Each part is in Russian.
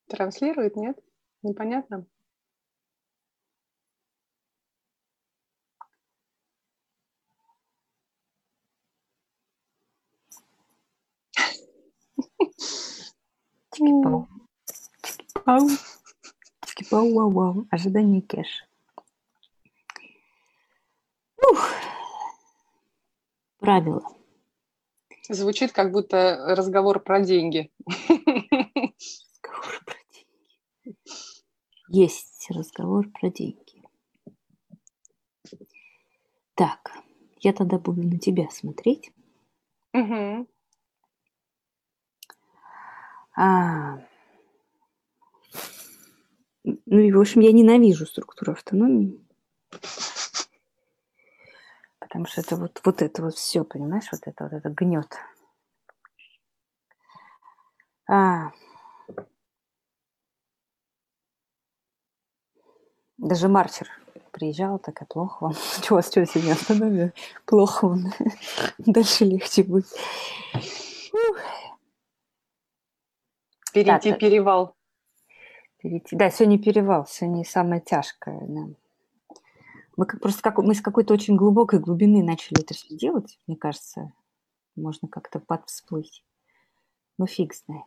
Транслирует, нет? Непонятно. Чики-пау. Чики-пау. Чики-пау-вау-вау. Ожидание кэш. Правила. Звучит, как будто разговор про деньги. Разговор про деньги. Есть разговор про деньги. Так, я тогда буду на тебя смотреть. Угу. Ну и, в общем, я ненавижу структуру автономии. Потому что это вот это вот все, понимаешь, вот это гнет. Даже Марчер приезжал, такая, плохо вам. Что у вас, что сегодня автономия? Плохо вам. Дальше легче будет. Перейти перевал. Да, сегодня перевал, сегодня самое тяжкое. Да. Мы с какой-то очень глубокой глубины начали это все делать, мне кажется. Можно как-то подвсплыть. Ну, фиг знает.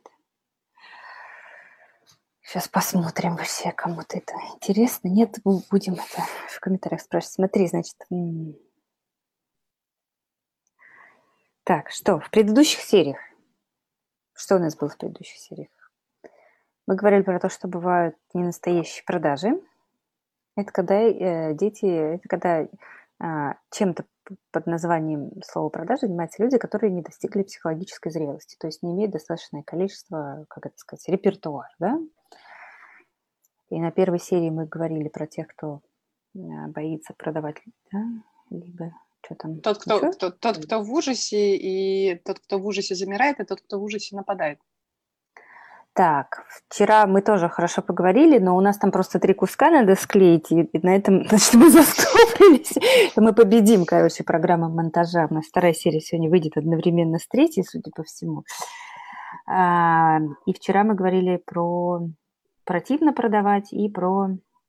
Сейчас посмотрим вообще, кому-то это интересно. Нет, будем это в комментариях спрашивать. Смотри, значит. Так, что в предыдущих сериях? Что у нас было в предыдущих сериях? Мы говорили про то, что бывают ненастоящие продажи. Это когда чем-то под названием слова продажи занимаются люди, которые не достигли психологической зрелости, то есть не имеют достаточное количество, как это сказать, репертуар, да? И на первой серии мы говорили про тех, кто боится продавать, да? Либо что там? Тот, кто в ужасе, и тот, кто в ужасе замирает, и тот, кто в ужасе нападает. Так, вчера мы тоже хорошо поговорили, но у нас там просто 3 куска надо склеить, и на этом, значит, мы застопорились. Мы победим, короче, программа монтажа. У нас 2-я серия сегодня выйдет одновременно с 3-й, судя по всему. И вчера мы говорили про противно продавать и про...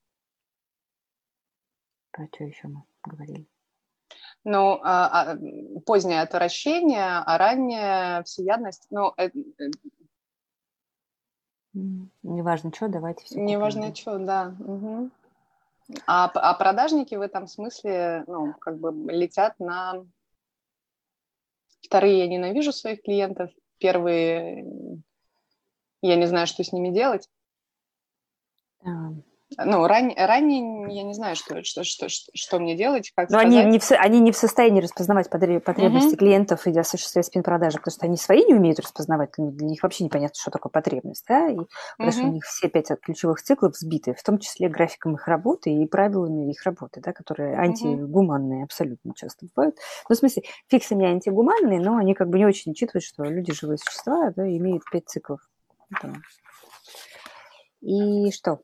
Про что еще мы говорили? Ну, позднее отвращение, а ранняя всеядность, неважно что, давайте все неважно купим. что, да. Угу. А продажники в этом смысле, как бы летят на... Вторые, я ненавижу своих клиентов. Первые, я не знаю, что с ними делать. Ранее я не знаю, что мне делать, как Но сказать. они не в состоянии распознавать потребности клиентов и осуществлять спин-продажи, потому что они свои не умеют распознавать, для них вообще непонятно, что такое потребность, да, и потому что у них все 5 ключевых циклов сбиты, в том числе графиком их работы и правилами их работы, да, которые антигуманные абсолютно часто бывают. Ну, в смысле, фиг с ними антигуманные, но они как бы не очень учитывают, что люди живые существа, да, имеют 5 циклов. И что?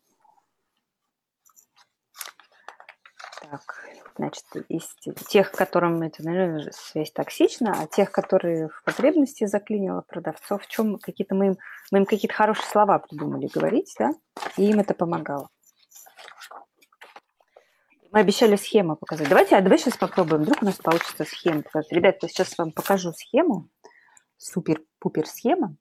Так, значит, из тех, которым это, наверное, связь токсична, а тех, которые в потребности заклинило продавцов, в чем какие-то мы им какие-то хорошие слова придумали говорить, да, и им это помогало. Мы обещали схему показать. Давай сейчас попробуем, вдруг у нас получится схему показать. Ребята, сейчас вам покажу схему, супер-пупер схема.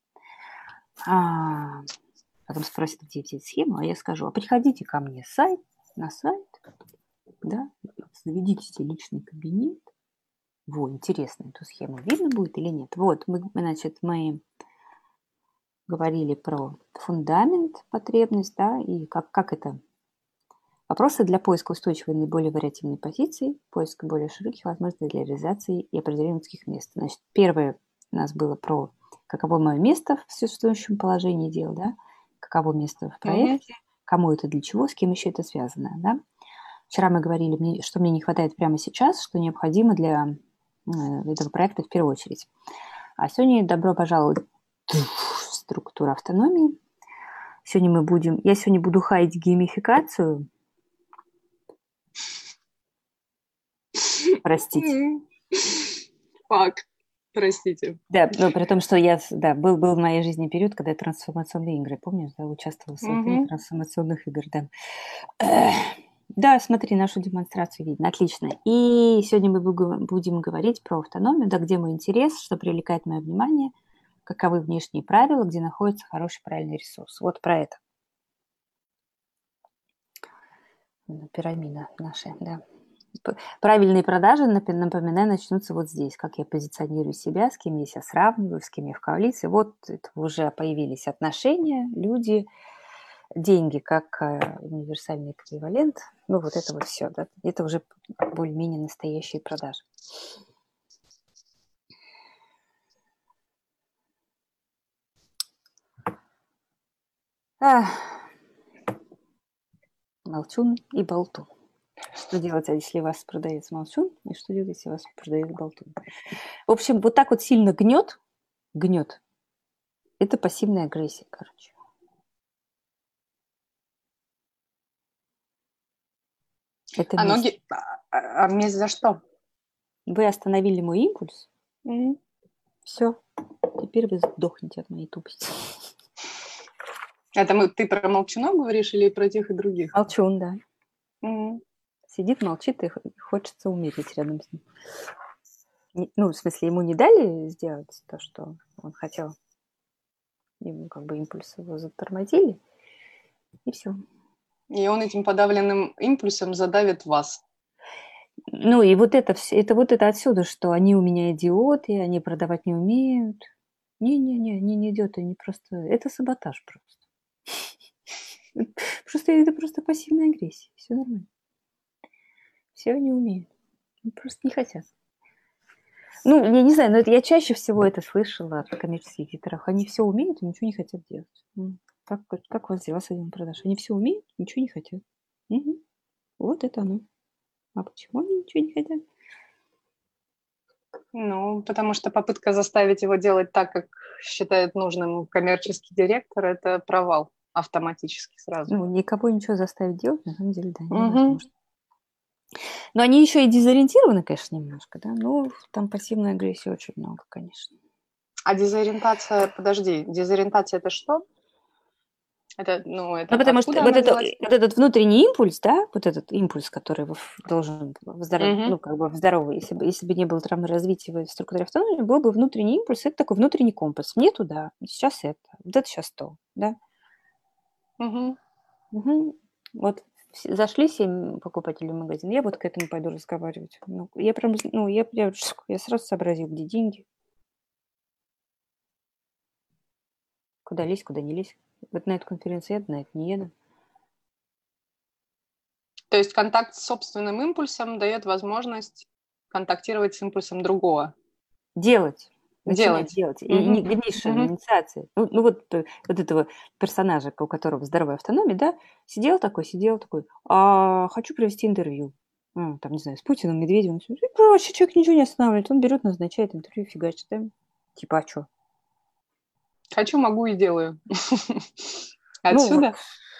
Потом спросят, где взять схему, а я скажу, а приходите ко мне на сайт, да, заведите личный кабинет. Во, интересно, эту схему видно будет или нет? Вот, мы говорили про фундамент, потребность, да, и как это. Вопросы для поиска устойчивой наиболее вариативной позиции, поиска более широких возможностей для реализации и определения узких мест. Значит, первое у нас было про каково мое место в существующем положении дел, да, каково место в проекте, кому это для чего, с кем еще это связано, да. Вчера мы говорили, что мне не хватает прямо сейчас, что необходимо для этого проекта в первую очередь. А сегодня добро пожаловать в структуру автономии. Я сегодня буду хаять геймификацию. Простите. Фак. Простите. Да, но при том, что был в моей жизни период, когда я трансформационные игры, помню, да, участвовала в создании трансформационных игр, да. Да, смотри, нашу демонстрацию видно, отлично. И сегодня мы будем говорить про автономию, да, где мой интерес, что привлекает мое внимание, каковы внешние правила, где находится хороший, правильный ресурс. Вот про это. Пирамида наша, да. Правильные продажи, напоминаю, начнутся вот здесь. Как я позиционирую себя, с кем я себя сравниваю, с кем я в коалиции. Вот это уже появились отношения, люди, деньги как универсальный эквивалент. Ну, вот это вот все. Да? Это уже более-менее настоящие продажи. Молчун и болтун. Что делать, если вас продается молчун, и что делать, если вас продает болтун? В общем, вот так вот сильно гнет. Это пассивная агрессия, короче. Это месть. А месть за что? Вы остановили мой импульс. Все. Теперь вы сдохнете от моей тупости. Это ты про молчунов говоришь или про тех и других? Молчун, да. Сидит, молчит, и хочется умереть рядом с ним. Ну, в смысле, ему не дали сделать то, что он хотел. Ему как бы импульс его затормозили, и все. И он этим подавленным импульсом задавит вас. Ну, и вот это отсюда, что они у меня идиоты, они продавать не умеют. Не-не-не, они не идиоты, они просто... Это саботаж просто. Это просто пассивная агрессия. Все нормально. Все они умеют. Они просто не хотят. Ну, я не знаю, но это я чаще всего это слышала от коммерческих директоров. Они все умеют и ничего не хотят делать. Как вас дела с этим продаж? Они все умеют, ничего не хотят. Угу. Вот это оно. А почему они ничего не хотят? Ну, потому что попытка заставить его делать так, как считает нужным коммерческий директор, это провал автоматически сразу. Ну, никого ничего заставить делать, на самом деле, да, невозможно. Но они еще и дезориентированы, конечно, немножко, да. Ну, там пассивной агрессии очень много, конечно. А дезориентация, подожди, дезориентация это что? Это, потому что вот этот внутренний импульс, да, вот этот импульс, который должен в здоровый, если бы не было травмы развития в структуре автономии, был бы внутренний импульс, это такой внутренний компас. Мне туда, сейчас это, вот это сейчас то, да. Вот зашли 7 покупателей в магазин, я вот к этому пойду разговаривать. Я сразу сообразил, где деньги. Куда лезть, куда не лезть. Вот на эту конференцию еду, на это не еду. То есть контакт с собственным импульсом дает возможность контактировать с импульсом другого. Начинать делать. И инициация. Вот этого персонажа, у которого здоровая автономия, да, сидел такой, хочу провести интервью. Там, не знаю, с Путиным, Медведевым. И проще, человек ничего не останавливает. Он берет, назначает интервью, фигачит. Да? Типа, а что? Хочу, могу и делаю. Отсюда?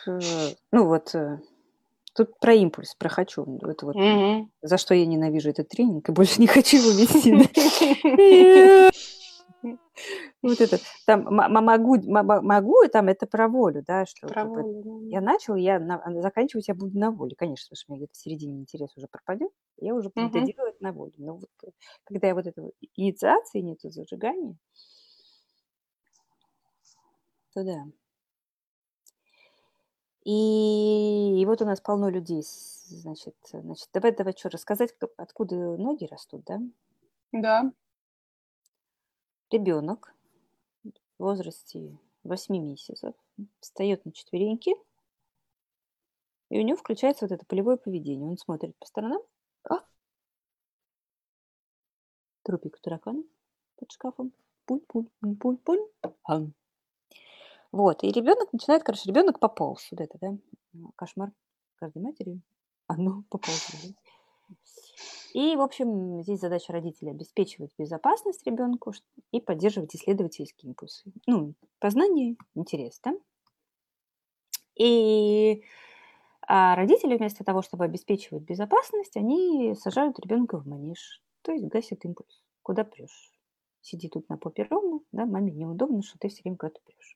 Тут про импульс, про хочу. Это вот за что я ненавижу этот тренинг и больше не хочу его вести. Вот это. Там могу, там это про волю, да, что я начал, заканчивать я буду на воле. Конечно, потому что у меня где-то в середине интерес уже пропадет, я уже буду доделывать на воле. Но вот когда я вот этого инициации нету, зажигания, то да. И вот у нас полно людей, значит, давай что, рассказать, откуда ноги растут, да? Да. Ребенок в возрасте 8 месяцев встает на четвереньки, и у него включается вот это полевое поведение. Он смотрит по сторонам. Трупик таракана под шкафом. Пуль-пуль-пуль-пуль. Вот, и ребенок пополз. Вот это, да? Кошмар каждой матери. Пополз. И, в общем, здесь задача родителей обеспечивать безопасность ребенку и поддерживать исследовательские импульсы. Познание, интерес, да? А родители вместо того, чтобы обеспечивать безопасность, они сажают ребенка в манеж, то есть гасят импульс. Куда прешь? Сиди тут на попе ровно, да, маме неудобно, что ты все время куда-то прешь.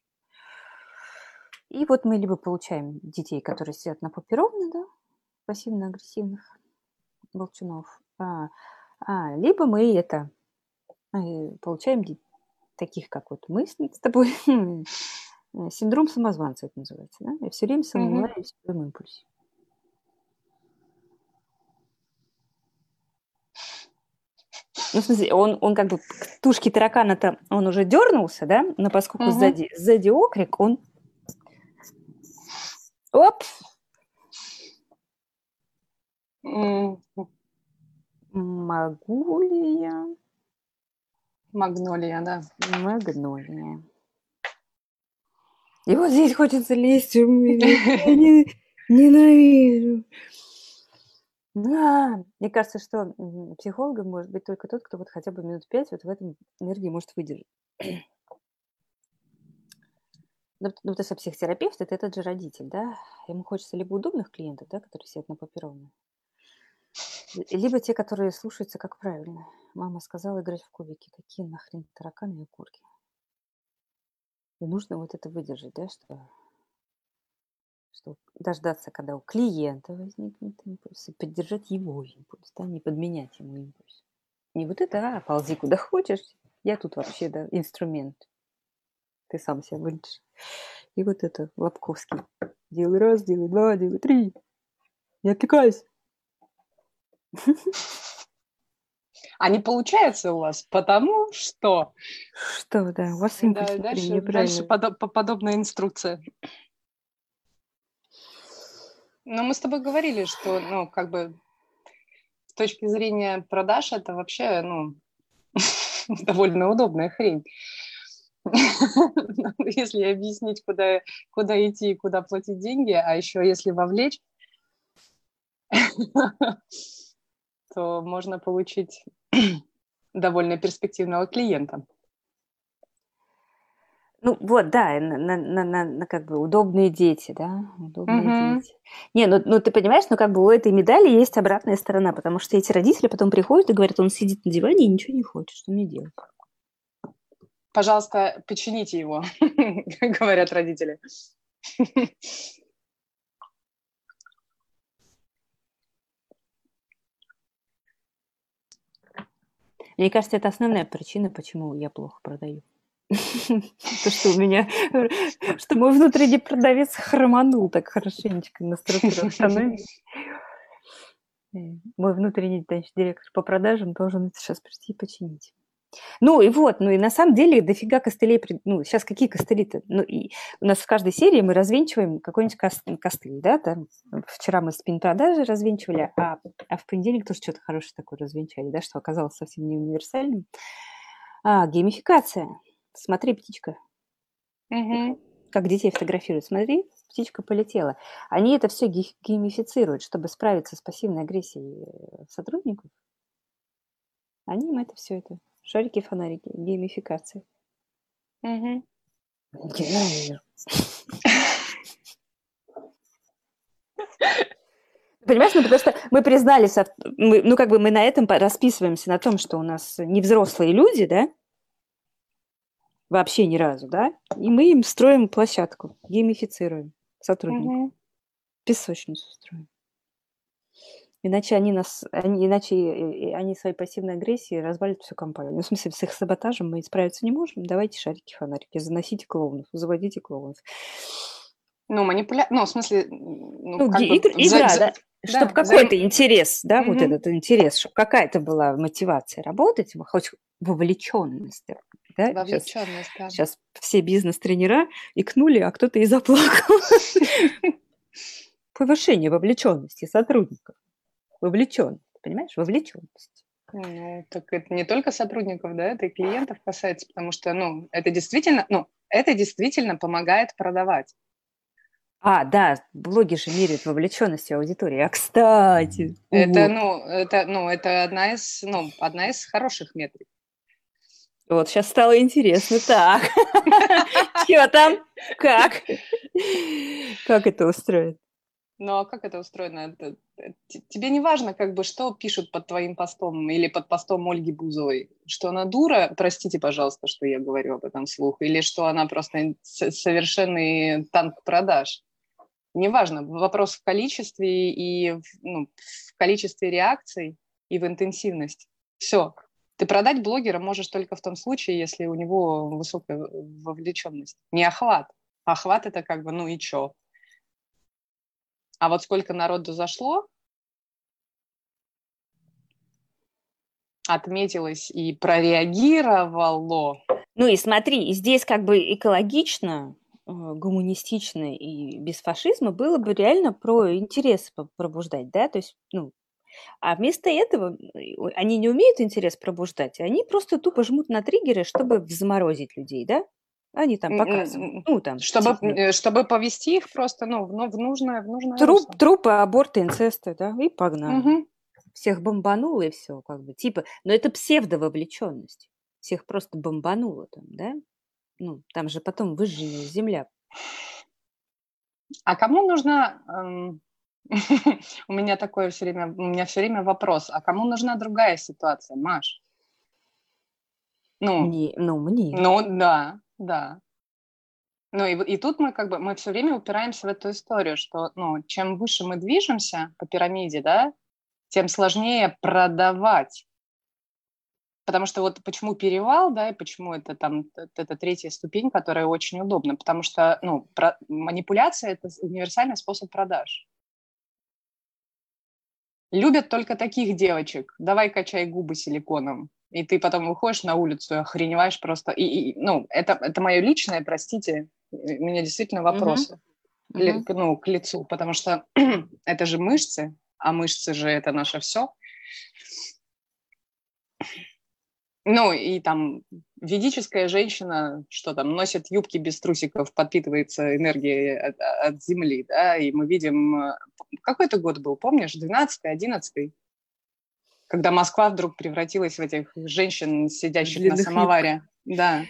И вот мы либо получаем детей, которые сидят на попе ровно, да, пассивно-агрессивных молчунов, либо мы получаем таких, как вот мы с тобой, синдром самозванца это называется, да? Я все время сомневаюсь в своем импульсе. Ну, в смысле, он как бы к тушке таракана-то он уже дернулся, да? Но поскольку сзади окрик, он... Оп! Могу ли я? Магнолия, да. Магнолия. И вот здесь хочется лезть, я ненавижу. Мне кажется, что психологом может быть только тот, кто вот хотя бы минут 5 вот в этом энергии может выдержать. Ну, потому что психотерапевт – это этот же родитель, да? Ему хочется либо удобных клиентов, да, которые сидят на попе ровно, либо те, которые слушаются как правильно. Мама сказала играть в кубики. Какие нахрен тараканы и окурки? И нужно вот это выдержать, да, что дождаться, когда у клиента возникнет импульс, и поддержать его импульс, да, не подменять ему импульс. Не вот это, ползи куда хочешь, я тут вообще, да, инструмент. Ты сам себя вылечишь. И вот это, Лобковский. Делай раз, делай два, делай три. Не отвлекайся. А не получается у вас, потому что... Что, да, у вас импульс неправильно. Дальше подобная инструкция. Но мы с тобой говорили, что, ну, как бы с точки зрения продаж это вообще, ну, довольно удобная хрень. Если объяснить, куда идти, куда платить деньги, а еще если вовлечь, то можно получить довольно перспективного клиента. Ну вот, да, на как бы удобные дети, да, удобные дети. Не, ну ты понимаешь, ну как бы у этой медали есть обратная сторона, потому что эти родители потом приходят и говорят, он сидит на диване и ничего не хочет, что мне делать? Пожалуйста, почините его, говорят родители. Мне кажется, это основная причина, почему я плохо продаю. То, что у меня, что мой внутренний продавец хроманул так хорошенечко на структуру автономии. Мой внутренний, значит, директор по продажам должен это сейчас прийти и починить. Ну и вот, ну и на самом деле дофига костылей, ну сейчас какие костыли-то? Ну и у нас в каждой серии мы развенчиваем какой-нибудь костыль, да, там вчера мы спин-продажи развенчивали, а в понедельник тоже что-то хорошее такое развенчали, да, что оказалось совсем не универсальным. Геймификация. Смотри, птичка. Как детей фотографируют. Смотри, птичка полетела. Они это все геймифицируют, чтобы справиться с пассивной агрессией сотрудников. Они им это все это. Шарики, фонарики, геймификация. Понимаешь, ну потому что мы признались, ну как бы мы на этом расписываемся, на том, что у нас не взрослые люди, да, вообще ни разу, да, и мы им строим площадку, геймифицируем сотрудников, песочницу строим. Иначе они своей пассивной агрессией развалят всю компанию. Ну, в смысле, с их саботажем мы справиться не можем. Давайте шарики, фонарики, заносите клоунов, заводите клоунов. Ну, в смысле... игра, да. Чтобы какой-то интерес, да, вот этот интерес, чтобы какая-то была мотивация работать, хоть вовлеченность. Да? Вовлеченность, да. Сейчас все бизнес-тренера икнули, а кто-то и заплакал. Повышение вовлеченности сотрудников. Вовлеченность, понимаешь? Вовлеченность. Ну, так это не только сотрудников, да, это и клиентов касается, потому что, ну, это действительно помогает продавать. Да, блоги же меряют вовлеченностью аудитории. А, кстати... Это одна из хороших метрик. Вот, сейчас стало интересно. Так, что там? Как? Как это устроить? Ну, а как это устроено? Тебе не важно, как бы, что пишут под твоим постом или под постом Ольги Бузовой? Что она дура? Простите, пожалуйста, что я говорю об этом вслух. Или что она просто совершенный танк продаж? Неважно. Вопрос в количестве и в количестве реакций и в интенсивности. Все. Ты продать блогера можешь только в том случае, если у него высокая вовлеченность. Не охват. Охват – это как бы, ну и чё? А вот сколько народу зашло, отметилось и прореагировало. Ну и смотри, здесь как бы экологично, гуманистично и без фашизма было бы реально про интерес пробуждать, да, то есть, ну, а вместо этого они не умеют интерес пробуждать, они просто тупо жмут на триггеры, чтобы заморозить людей, да? Они там показывают. Ну, там, чтобы повести их просто в нужное русло. Трупы, аборты, инцесты, да, и погнали. Угу. Всех бомбануло, и все, как бы, типа, но это псевдововлеченность. Всех просто бомбануло там, да? Ну, там же потом выжженная земля. А кому нужна... У меня все время вопрос. А кому нужна другая ситуация, Маш? Мне. Ну, да. Ну, и тут мы все время упираемся в эту историю, что, чем выше мы движемся по пирамиде, да, тем сложнее продавать. Потому что вот почему перевал, да, и почему это третья ступень, которая очень удобна, потому что, манипуляция – это универсальный способ продаж. Любят только таких девочек. Давай качай губы силиконом. И ты потом выходишь на улицу и охреневаешь просто. Это мое личное, простите, у меня действительно вопросы к лицу, потому что это же мышцы, а мышцы же это наше все. Ну, и там ведическая женщина, что там, носит юбки без трусиков, подпитывается энергией от земли, да, и мы видим... Какой это год был, помнишь? 12-й, 11-й? Когда Москва вдруг превратилась в этих женщин, сидящих на самоваре. Да.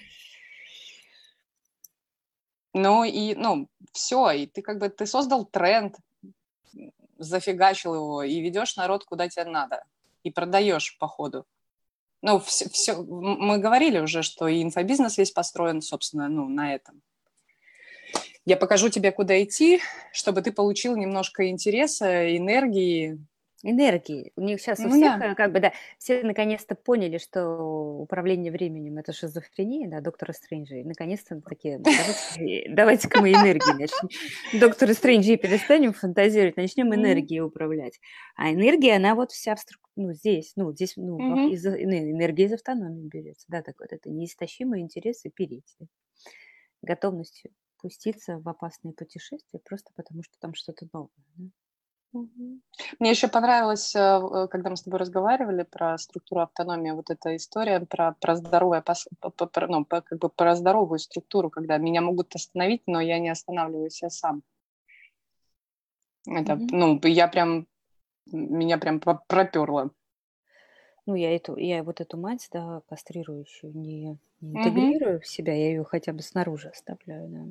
Все, и ты создал тренд, зафигачил его, и ведешь народ куда тебе надо, и продаешь по ходу. Все, мы говорили уже, что и инфобизнес весь построен, собственно, на этом. Я покажу тебе, куда идти, чтобы ты получил немножко интереса, энергии. У них сейчас у всех, все наконец-то поняли, что управление временем – это шизофрения, да, доктора Стрэнджа. И наконец-то такие, давайте-ка мы энергией начнем. Доктора Стрэнджа перестанем фантазировать, начнем энергией управлять. А энергия, она вот вся здесь энергия из автономии берется. Да, так вот, это неистощимый интерес и переть. Готовностью пуститься в опасные путешествия просто потому, что там что-то новое. Да? Мне еще понравилось, когда мы с тобой разговаривали про структуру автономии, вот эта история про здоровую структуру, когда меня могут остановить, но я не останавливаюсь, я сам. Это, меня прям проперло. Я вот эту мать, да, кастрирующую, не интегрирую в себя, я ее хотя бы снаружи оставляю, да.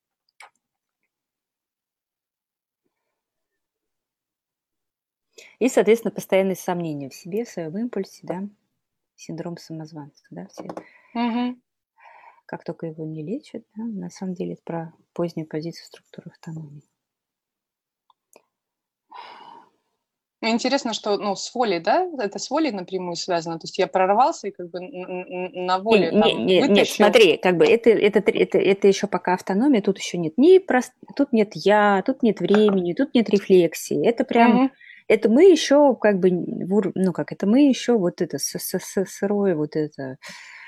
И, соответственно, постоянные сомнения в себе, в своем импульсе, да, синдром самозванца, да, все. Как только его не лечат, да, на самом деле это про позднюю позицию структуры автономии. Интересно, что, с волей, да, это с волей напрямую связано, то есть я прорвался и как бы на воле вытащил. Нет, смотри, как бы это еще пока автономия, тут еще нет тут нет я, тут нет времени, тут нет рефлексии, это прям... Это мы еще как бы, это мы еще вот это сырое вот это...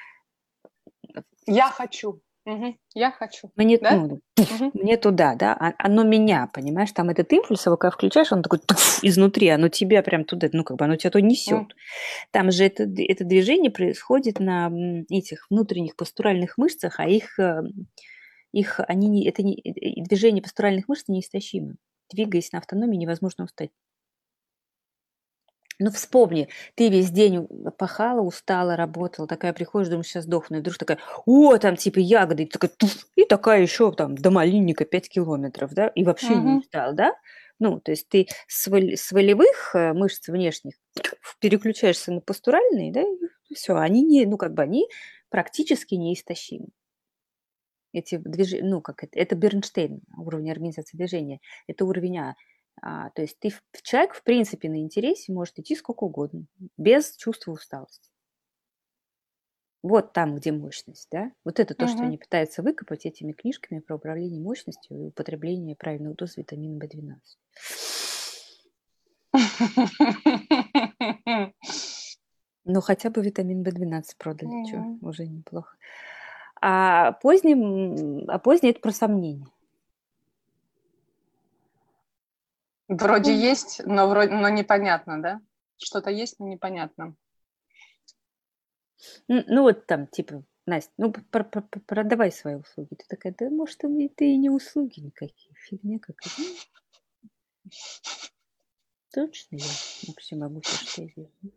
Я хочу. Я хочу. Мне, да? Мне туда, да, оно меня, понимаешь, там этот импульс, его когда включаешь, он такой изнутри, оно тебя прям туда, оно тебя то несет. Там же это движение происходит на этих внутренних постуральных мышцах, а движение постуральных мышц неистощимо. Двигаясь на автономии, невозможно устать. Ну, вспомни, ты весь день пахала, устала, работала, такая приходишь, думаешь, сейчас сдохну, и вдруг такая, там типа ягоды, и такая еще там до малинника 5 километров, да, и вообще не устал, да? Ну, то есть ты с волевых мышц внешних переключаешься на постуральные, да, и все, они не, ну, как бы они практически неистощимы. Эти движения, ну, как это Бернштейн, уровень организации движения, это уровень то есть человек, в принципе, на интересе может идти сколько угодно, без чувства усталости. Вот там, где мощность, да? Вот это то, что они пытаются выкопать этими книжками про управление мощностью и употребление правильных доз витамина В12. Ну, хотя бы витамин В12 продали, что, уже неплохо. А поздний это про сомнения. Вроде есть, но непонятно, да? Что-то есть, но непонятно. Ну, вот там, типа, Настя, ну, продавай свои услуги. Ты такая, да, может, это и не услуги никакие, фигня какая-то. Точно я вообще могу все что известно.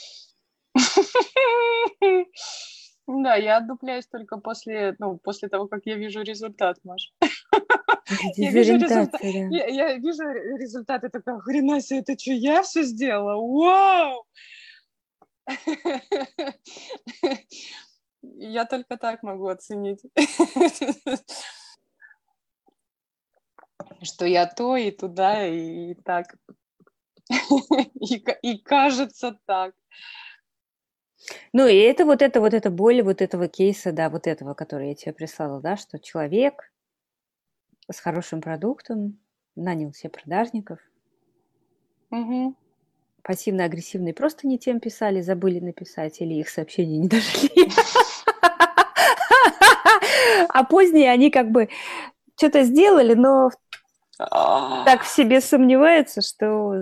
Да, я отдупляюсь только после того, как я вижу результат, Маша. Я вижу результат, и такая, хрена себе, это что, я все сделала? Вау! Я только так могу оценить, что я то, и туда, и так. И кажется так. Ну, и это вот эта боль вот этого кейса, да, вот этого, который я тебе прислала, да, что человек с хорошим продуктом нанял себе продажников, пассивно-агрессивные просто не тем писали, забыли написать, или их сообщения не дошли. А поздние они как бы что-то сделали, но так в себе сомневаются, что...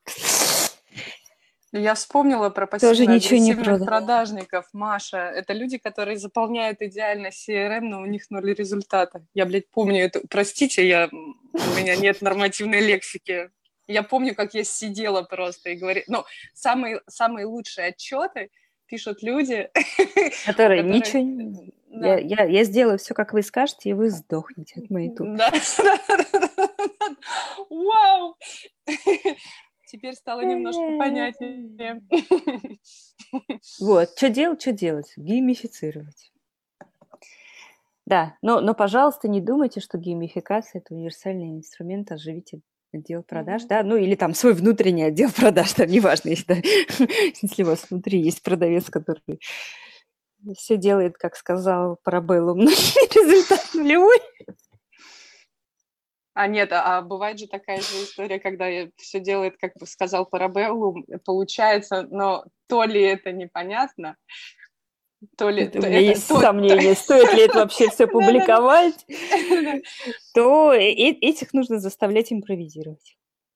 Я вспомнила про пассивно-агрессивных продажников, Маша. Это люди, которые заполняют идеально CRM, но у них 0 результата. Я, помню это. Простите, у меня нет нормативной лексики. Я помню, как я сидела просто и говорила... Ну, самые лучшие отчеты пишут люди, которые ничего не... Да. Я сделаю все, как вы скажете, и вы сдохнете от моей тупости. Да. Вау! Теперь стало немножко понятнее. Вот, что делать? Геймифицировать. Да, но, пожалуйста, не думайте, что геймификация – это универсальный инструмент оживить отдел продаж, да, ну или там свой внутренний отдел продаж, там неважно, если у вас внутри есть продавец, который все делает, как сказал Парабеллум, но результат нулевой. Нет, бывает же такая же история, когда все делает, как сказал Парабеллум, получается, но то ли это непонятно, то ли... У меня есть сомнения, стоит ли это вообще все публиковать, то этих нужно заставлять импровизировать.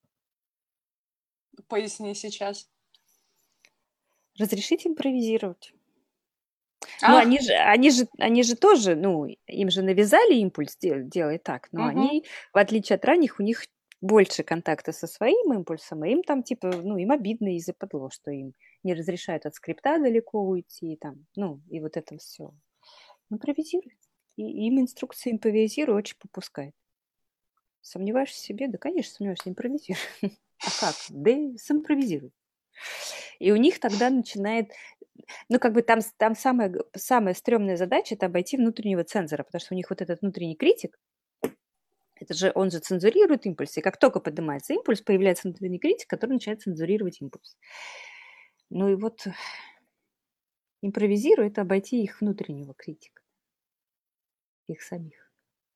Поясни сейчас. Разрешить импровизировать. Ну, они же тоже, ну, им же навязали импульс, делай так, но они, в отличие от ранних, у них больше контакта со своим импульсом, и им там, типа, ну, им обидно и западло, что им не разрешают от скрипта далеко уйти, там, ну, и вот это все. Импровизируй. И им инструкция импровизируй очень попускает. Сомневаешься в себе? Да, конечно, сомневаешься, импровизируй. А как? Да симпровизируй. И у них тогда начинает... Ну, как бы там самая стрёмная задача – это обойти внутреннего цензора, потому что у них вот этот внутренний критик, он же цензурирует импульсы. И как только поднимается импульс, появляется внутренний критик, который начинает цензурировать импульс. Ну и вот импровизируй – это обойти их внутреннего критика, их самих.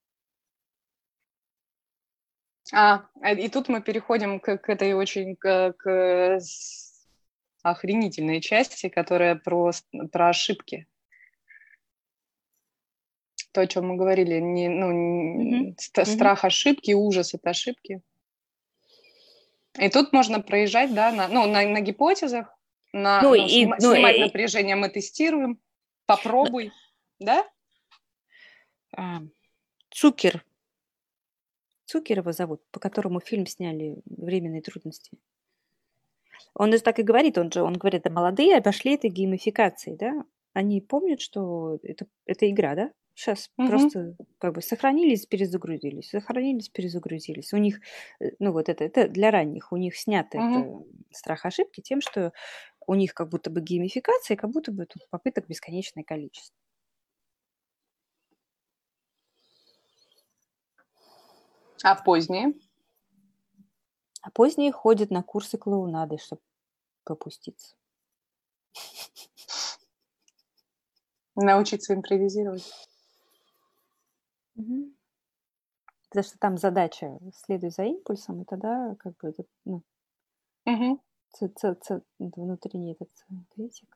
И тут мы переходим к этой очень к охренительной части, которая про ошибки. То, о чем мы говорили, страх ошибки, ужас от ошибки. И тут можно проезжать, да, на гипотезах, снимать напряжение мы тестируем, попробуй, да? Цукер его зовут, по которому фильм сняли «Временные трудности». Он так и говорит, он говорит, молодые обошли этой геймификацией, да? Они помнят, что это игра, да? сейчас просто как бы сохранились, перезагрузились, сохранились, перезагрузились. У них, ну вот это для ранних, у них снят это страх ошибки тем, что у них как будто бы геймификация, как будто бы тут попыток бесконечное количество. А поздние? А поздние ходят на курсы клоунады, чтобы попуститься. Научиться импровизировать. Потому что там задача следуй за импульсом, и тогда как бы это, ну, внутренний этот критик.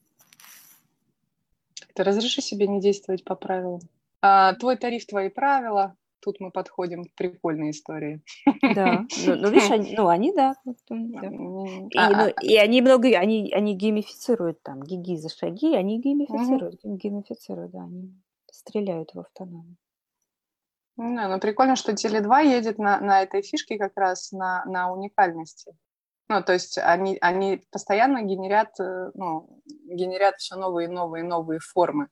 Ты разреши себе не действовать по правилам. Твой тариф, твои правила. Тут мы подходим к прикольной истории. Да, ну видишь, они, да. И они много, они геймифицируют там, гиги за шаги, они геймифицируют, да, они стреляют в автономию. Да, ну прикольно, что Теле2 едет на этой фишке как раз на уникальности. Ну, то есть они постоянно генерят все новые и новые и новые формы.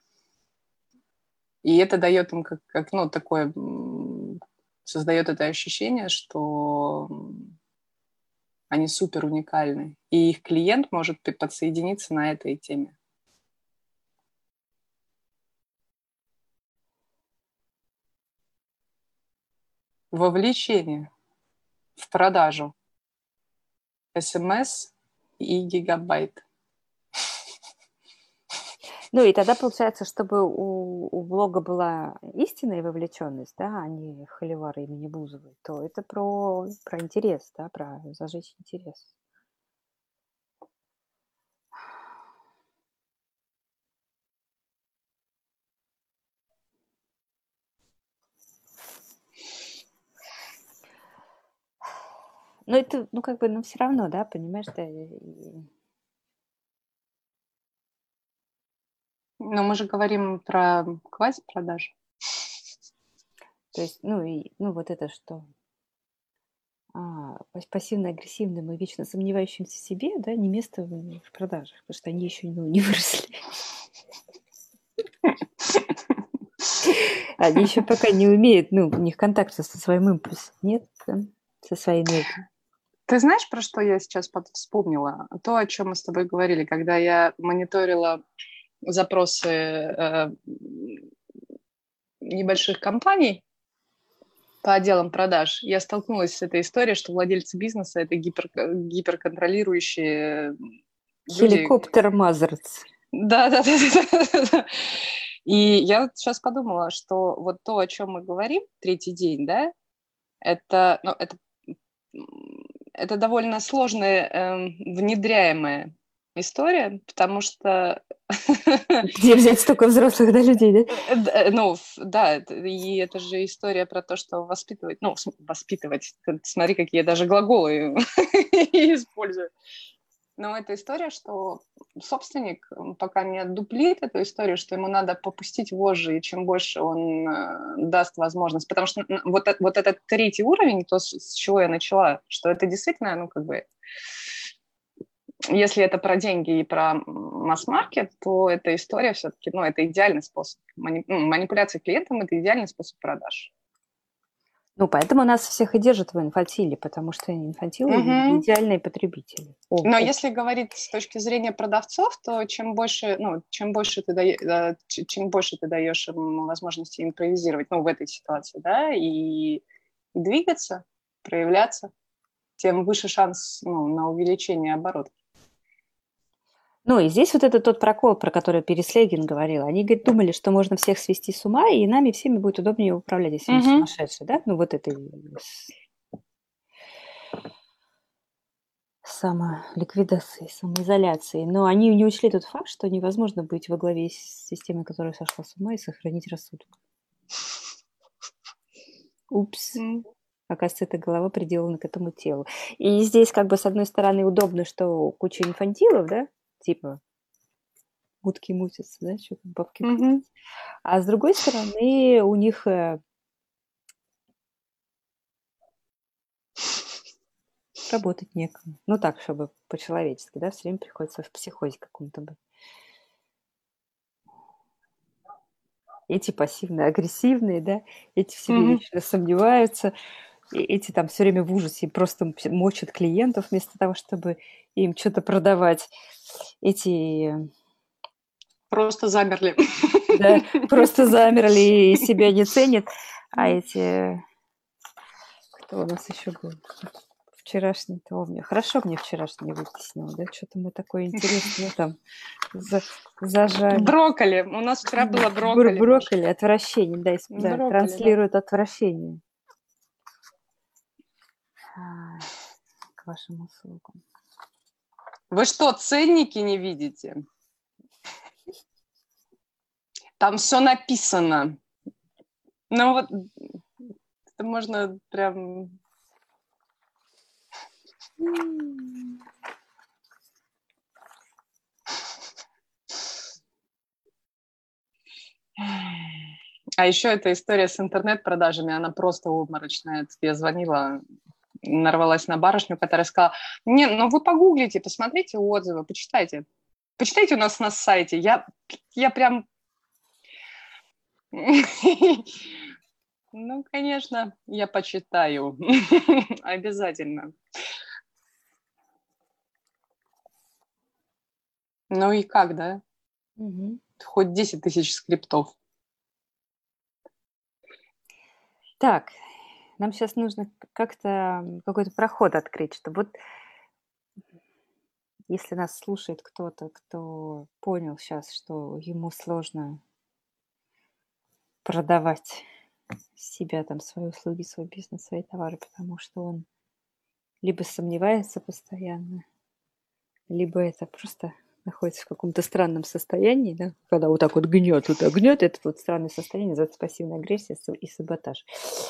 И это дает им как такое, создает это ощущение, что они супер уникальны. И их клиент может подсоединиться на этой теме. Вовлечение в продажу СМС и гигабайт. Ну и тогда получается, чтобы у блога была истинная вовлеченность, да, а не холивар имени Бузовой, то это про интерес, да, про зажечь интерес. Но это, как бы, все равно, да, понимаешь, да. Но мы же говорим про квази-продажи. То есть, вот это что? Пассивно-агрессивным и вечно сомневающимся в себе, да, не место в продажах, потому что они еще не выросли. Они еще пока не умеют, у них контакта со своим импульсом нет, со своей энергией. Ты знаешь, про что я сейчас вспомнила? То, о чем мы с тобой говорили, когда я мониторила запросы небольших компаний по отделам продаж, я столкнулась с этой историей, что владельцы бизнеса – это гиперконтролирующие Хеликоптер Мазерц. Да. И я вот сейчас подумала, что вот то, о чем мы говорим, третий день, да, это довольно сложная внедряемая история, потому что... Где взять столько взрослых, да, людей, да? Да, и это же история про то, что воспитывать, смотри, какие я даже глаголы использую. Но это история, что собственник пока не отдуплит эту историю, что ему надо попустить вожжи, и чем больше он даст возможность. Потому что вот этот третий уровень, то, с чего я начала, что это действительно, если это про деньги и про масс-маркет, то эта история все-таки, это идеальный способ. Манипуляция клиентом – это идеальный способ продаж. Поэтому нас всех и держат в инфантиле, потому что инфантилы идеальные потребители. Но если говорить с точки зрения продавцов, то чем больше ты даешь им возможности импровизировать, в этой ситуации, да, и двигаться, проявляться, тем выше шанс на увеличение оборотов. И здесь вот это тот прокол, про который Переслегин говорил. Они, говорит, думали, что можно всех свести с ума, и нами всеми будет удобнее управлять, если мы сумасшедшие, да? Вот этой самоликвидации, самоизоляции. Но они не учли тот факт, что невозможно быть во главе системы, которая сошла с ума, и сохранить рассудок. Упс. Оказывается, эта голова приделана к этому телу. И здесь, как бы, с одной стороны, удобно, что куча инфантилов, да, типа утки мутятся, да, что там бабки крутятся. А с другой стороны, у них работать некому. Так, чтобы по-человечески, да, все время приходится в психозе каком-то быть. эти пассивно-агрессивные, да, эти в себе вечно сомневаются, эти там все время в ужасе просто мочат клиентов вместо того, чтобы им что-то продавать. Эти... Просто замерли. Да, просто замерли и себя не ценят. А эти... Кто у нас еще был? Вчерашний-то у меня. Хорошо мне вчерашний вытеснил, да? Что-то мы такое интересное там зажали. Брокколи. У нас вчера было брокколи. Брокколи, отвращение, да, брокколи, транслирует отвращение. К вашим услугам. Вы что, ценники не видите? Там все написано. Ну вот, это можно прям... А еще эта история с интернет-продажами, она просто обморочная. Я звонила, нарвалась на барышню, которая сказала: не, ну вы погуглите, посмотрите отзывы, почитайте. Почитайте у нас на сайте. Я прям... Ну, конечно, я почитаю. Обязательно. Ну и как, да? Хоть 10 тысяч скриптов. Так, нам сейчас нужно как-то какой-то проход открыть, чтобы вот если нас слушает кто-то, кто понял сейчас, что ему сложно продавать себя, там, свои услуги, свой бизнес, свои товары, потому что он либо сомневается постоянно, либо это просто находится в каком-то странном состоянии, да, когда вот так вот гнет, это вот странное состояние называется пассивная агрессия и саботаж.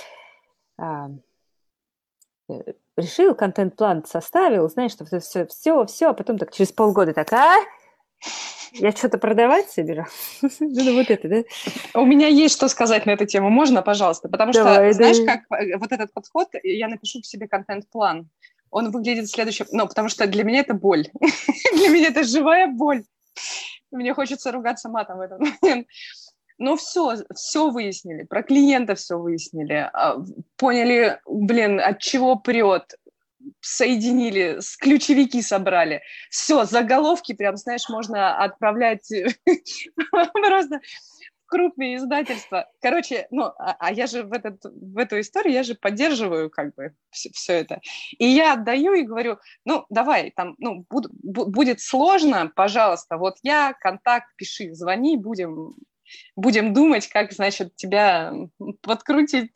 Решил, контент-план составил, знаешь, что все, а потом так через полгода так, я что-то продавать собирал? Ну, вот это, да? У меня есть что сказать на эту тему. Можно, пожалуйста? Потому что, знаешь, как вот этот подход, я напишу к себе контент-план. Он выглядит следующим... Ну, потому что для меня это боль. Для меня это живая боль. Мне хочется ругаться матом в этот момент. Но все выяснили. Про клиента все выяснили. Поняли, от чего прет. Соединили, ключевики собрали. Все, заголовки прям, знаешь, можно отправлять просто в крупные издательства. Короче, я же в эту историю, я же поддерживаю как бы все это. И я отдаю и говорю, давай, там, будет сложно, пожалуйста, вот я, контакт, пиши, звони, будем думать, как, значит, тебя подкрутить.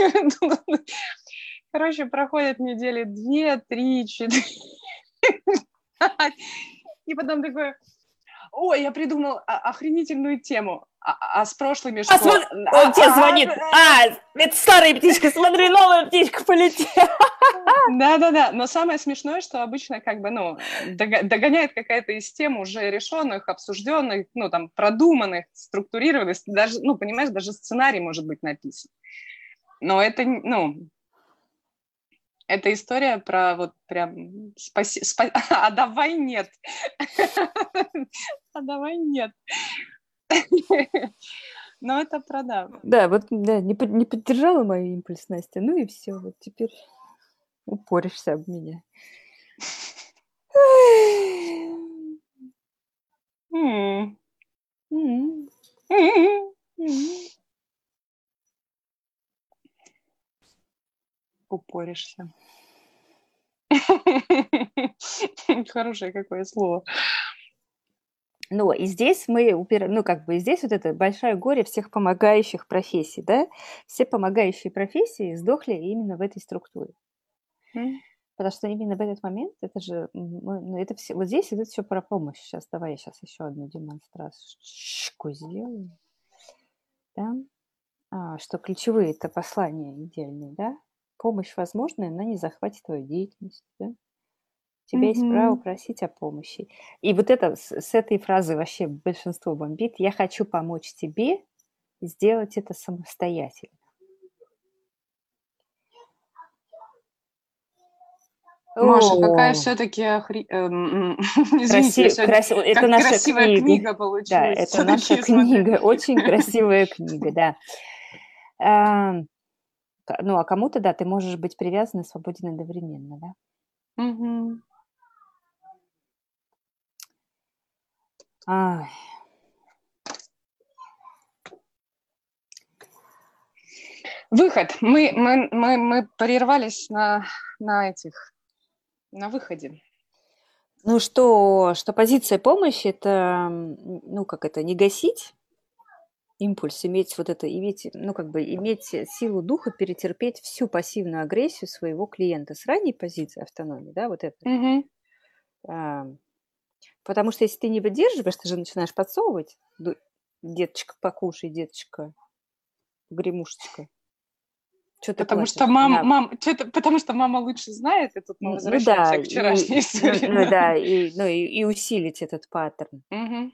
Короче, проходят недели 2, 3, 4. И потом такой: ой, я придумал охренительную тему. А с прошлыми что? Он тебе звонит. Это старая птичка, смотри, новая птичка полетела. Да. Но самое смешное, что обычно как бы, догоняет какая-то из тем уже решенных, обсужденных, там, продуманных, структурированных. Даже, понимаешь, даже сценарий может быть написан. Но это, это история про вот прям а давай нет. А давай нет. Но это правда. Да, вот не поддержала мою импульс, Настя, ну и все, вот теперь упоришься об меня. Упоришься. Хорошее какое слово. И здесь мы здесь вот это большое горе всех помогающих профессий, да? Все помогающие профессии сдохли именно в этой структуре. Потому что именно в этот момент, это же, это все, вот здесь это все про помощь. Давай я сейчас еще одну демонстрацию сделаю. Да? Что ключевые это послания идеальные, да? Помощь возможная, но не захватит твою деятельность, да? У тебя есть право просить о помощи. И вот это, с этой фразы вообще большинство бомбит. Я хочу помочь тебе сделать это самостоятельно. Маша, какая О, все-таки извините, я сегодня это как наша красивая книга. книга Да, получилась это наша все-таки, смотрю. книга, очень красивая книга, да. А, Ну, а кому-то, да, ты можешь быть привязан и свободен одновременно, да? Мгм. Ай, Выход. Мы прервались на выходе. Ну, что позиция помощи – это, ну, как это, не гасить импульс, иметь вот это, иметь силу духа перетерпеть всю пассивную агрессию своего клиента с ранней позиции автономии, да, вот это. Мгм. А, Потому что если ты не выдерживаешь, ты же начинаешь подсовывать, деточка, покушай, деточка, гремушечка, что ты Потому что плачешь? На. потому что мама лучше знает, и тут мы Ну да, возвращаемся к вчерашней истории. ну Да. да, и усилить этот паттерн. Мгм.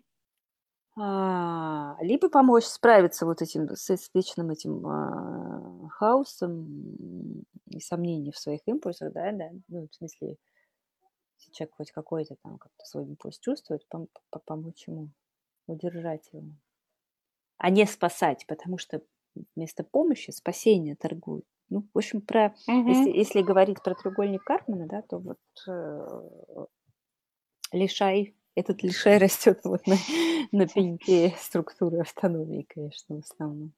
Либо помочь справиться вот с вечным этим хаосом и сомнением в своих импульсах, да, ну, в смысле, если человек хоть какой-то там как-то свой импульс чувствует, помочь ему удержать его, а не спасать, потому что вместо помощи спасение торгуют. Ну, в общем, Мгм. если говорить про треугольник Карпмана, да, то вот этот лишай растет вот на пеньке структуры автономии, конечно, в основном.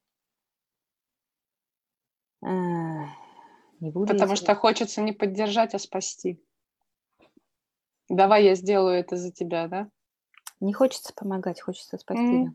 Не буду я Потому тебя... что хочется не поддержать, а спасти. Давай я сделаю это за тебя, да? Не хочется помогать, хочется спасти, да. М.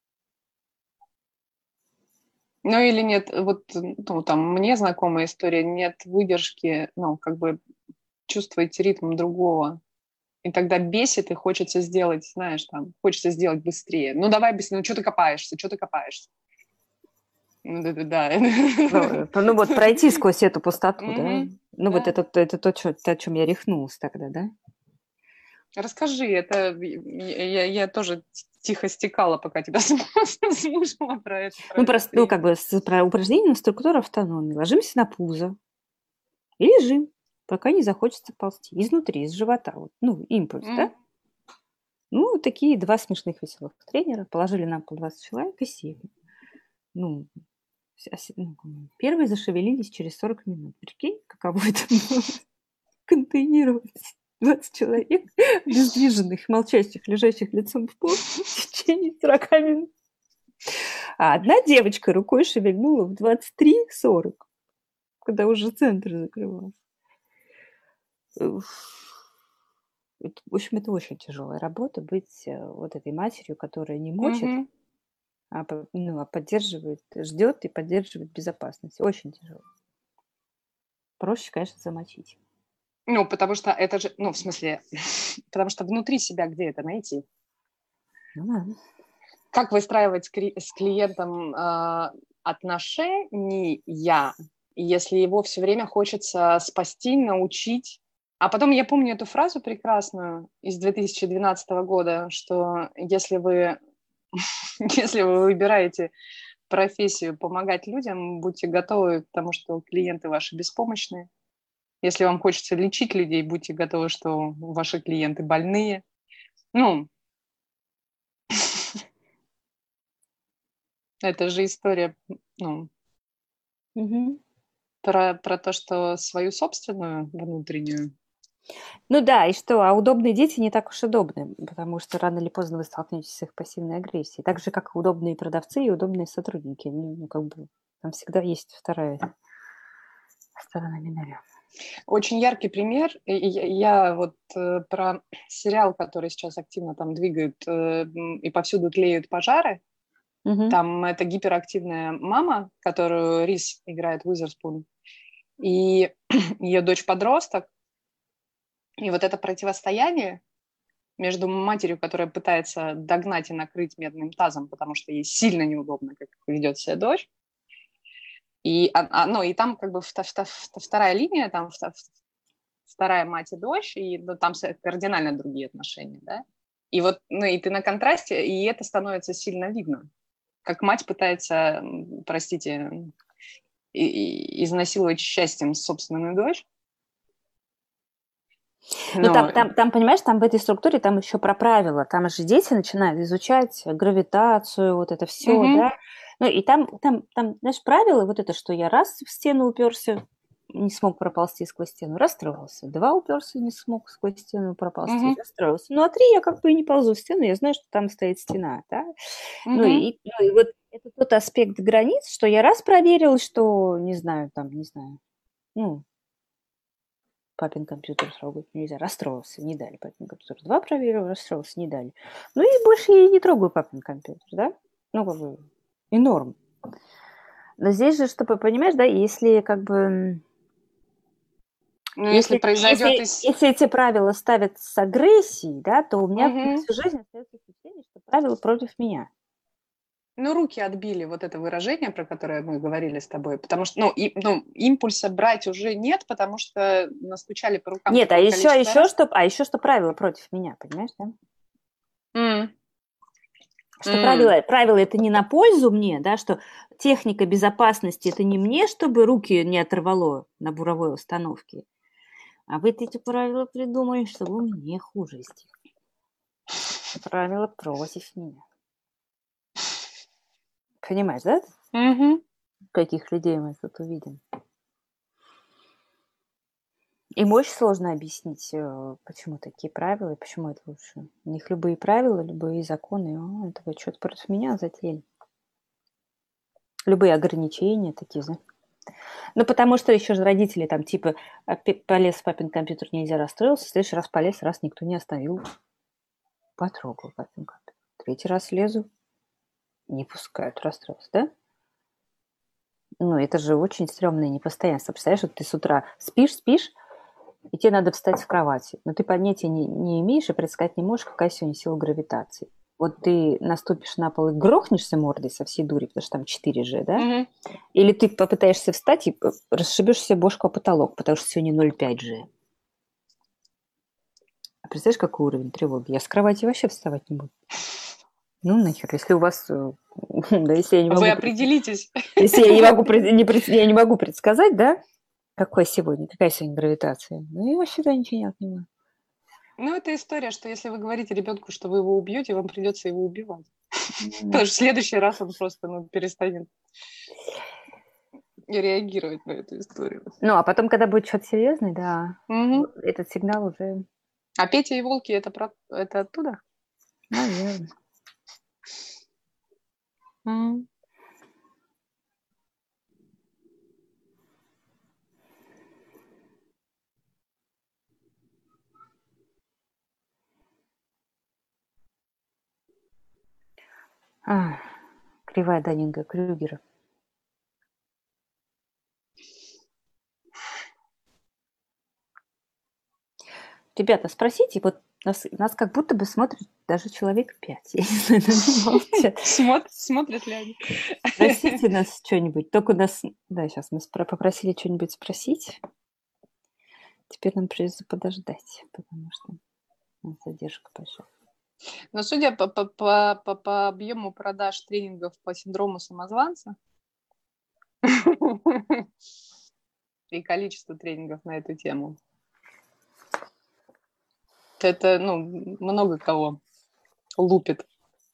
Ну или нет, вот ну, там мне знакомая история, нет выдержки, ну, как бы чувствовать ритм другого. И тогда бесит, и хочется сделать, знаешь, там, хочется сделать быстрее. Ну, давай быстрее, ну, что ты копаешься, что ты копаешься? Ну, да. Ну вот пройти сквозь эту пустоту, да. Мгм. Ну вот Да. это то, о чем я рехнулась тогда, да. Расскажи, это я тоже тихо стекала, пока тебя слушала про Ну этот просто, ну как пример. бы про упражнение структура автономии. Ложимся на пузо и лежим, пока не захочется ползти. Изнутри, из живота. Вот, ну, импульс, да? М. Ну, вот такие два смешных веселых тренера положили на пол 20 человек и сели. Ну, первые зашевелились через 40 минут. Прикинь, каково это было контейнировать 20 человек, обездвиженных, молчащих, лежащих лицом в пол в течение 40 минут. А одна девочка рукой шевельнула в 23:40, когда уже центр закрывался. В общем, это очень тяжелая работа быть вот этой матерью, которая не мочит, Мгм. а поддерживает, ждет и поддерживает безопасность. Очень тяжело. Проще, конечно, замочить. Ну, потому что это же, ну, в смысле, потому что внутри себя где это найти? Ну да. Как выстраивать с клиентом отношения, если его все время хочется спасти, научить? А потом я помню эту фразу прекрасную из 2012 года, что если вы выбираете профессию помогать людям, будьте готовы к тому, что клиенты ваши беспомощные. Если вам хочется лечить людей, будьте готовы, что ваши клиенты больные. Ну, это же история, ну, Мгм. про то, что свою собственную внутреннюю. Ну да, и что? А удобные дети не так уж удобны, потому что рано или поздно вы столкнетесь с их пассивной агрессией. Так же, как и удобные продавцы и удобные сотрудники. Ну, как бы там всегда есть вторая сторона медали. Очень яркий пример. Я вот про сериал, который сейчас активно там двигают, и повсюду тлеют пожары. Мгм. Там это гиперактивная мама, которую Рис играет Уизерспун, и ее дочь-подросток. И вот это противостояние между матерью, которая пытается догнать и накрыть медным тазом, потому что ей сильно неудобно, как ведет себя дочь. Ну, и там как бы вторая линия, там вторая мать и дочь, и ну, там кардинально другие отношения, да. И вот, ну, и ты на контрасте, и это становится сильно видно. Как мать пытается, простите, изнасиловать счастьем собственную дочь, Ну, там, понимаешь, там в этой структуре там еще про правила. Там же дети начинают изучать гравитацию, вот это все, да. Ну, и там, знаешь, правила, вот это, что я раз в стену уперся, не смог проползти сквозь стену, расстроился. 2 уперся, не смог сквозь стену проползти, расстроился. Ну, а 3 я как бы и не ползу в стену, я знаю, что там стоит стена, да. Ну, и вот это тот аспект границ, что я раз проверил, что, не знаю, ну, папин компьютер трогать нельзя. Расстроился, не дали папин компьютер. 2 проверил, расстроился, не дали. Ну и больше я не трогаю папин компьютер, да? Ну, как бы, и норм. Но здесь же, чтобы, понимаешь, да, если как бы... Ну, если произойдет... Если эти правила ставят с агрессией, да, то у меня всю жизнь остается впечатление, что правила против меня. Ну, руки отбили, вот это выражение, про которое мы говорили с тобой, потому что, импульса брать уже нет, потому что настучали по рукам. Нет, а еще что правила против меня, понимаешь, да? Что правила это не на пользу мне, да, что техника безопасности это не мне, чтобы руки не оторвало на буровой установке, а вы эти правила придумали, чтобы мне хуже сделать. Правила против меня. Понимаешь, да? Каких людей мы тут увидим. Им очень сложно объяснить, почему такие правила и почему это лучше. У них любые правила, любые законы, это вы что-то против меня затеяли. Любые ограничения такие, знаешь. Ну, потому что еще же родители там, типа, полез в папин компьютер, нельзя, расстроился, в следующий раз полез, раз никто не остановил. Потрогал папин компьютер. 3-й раз лезу, не пускают, расстроился, да? Ну, это же очень стрёмное непостоянство. Представляешь, вот ты с утра спишь, и тебе надо встать в кровати. Но ты понятия не имеешь и предсказать не можешь, какая сегодня сила гравитации. Вот ты наступишь на пол и грохнешься мордой со всей дури, потому что там 4G, да? Или ты попытаешься встать и расшибешь себе бошку о потолок, потому что сегодня 0,5G. А представляешь, какой уровень тревоги? Я с кровати вообще вставать не буду. Ну, нахер, если у вас... Да, если я не могу... Вы определитесь. Если я не могу предсказать, да, какая сегодня гравитация, ну, я вообще туда ничего не отнимаю. Ну, это история, что если вы говорите ребенку, что вы его убьете, вам придется его убивать. Потому что в следующий раз он просто перестанет реагировать на эту историю. Ну, а потом, когда будет что-то серьезное, да, этот сигнал уже... А Петя и волки это оттуда? Наверное. Кривая Даннинга-Крюгера. Ребята, спросите, вот нас как будто бы смотрит даже человек 5. Я не знаю, Смотрят ли они? Спросите нас что-нибудь. Только нас... Да, сейчас мы попросили что-нибудь спросить. Теперь нам придется подождать, потому что задержка большая. Но судя по объему продаж тренингов по синдрому самозванца и количеству тренингов на эту тему, это, много кого лупит.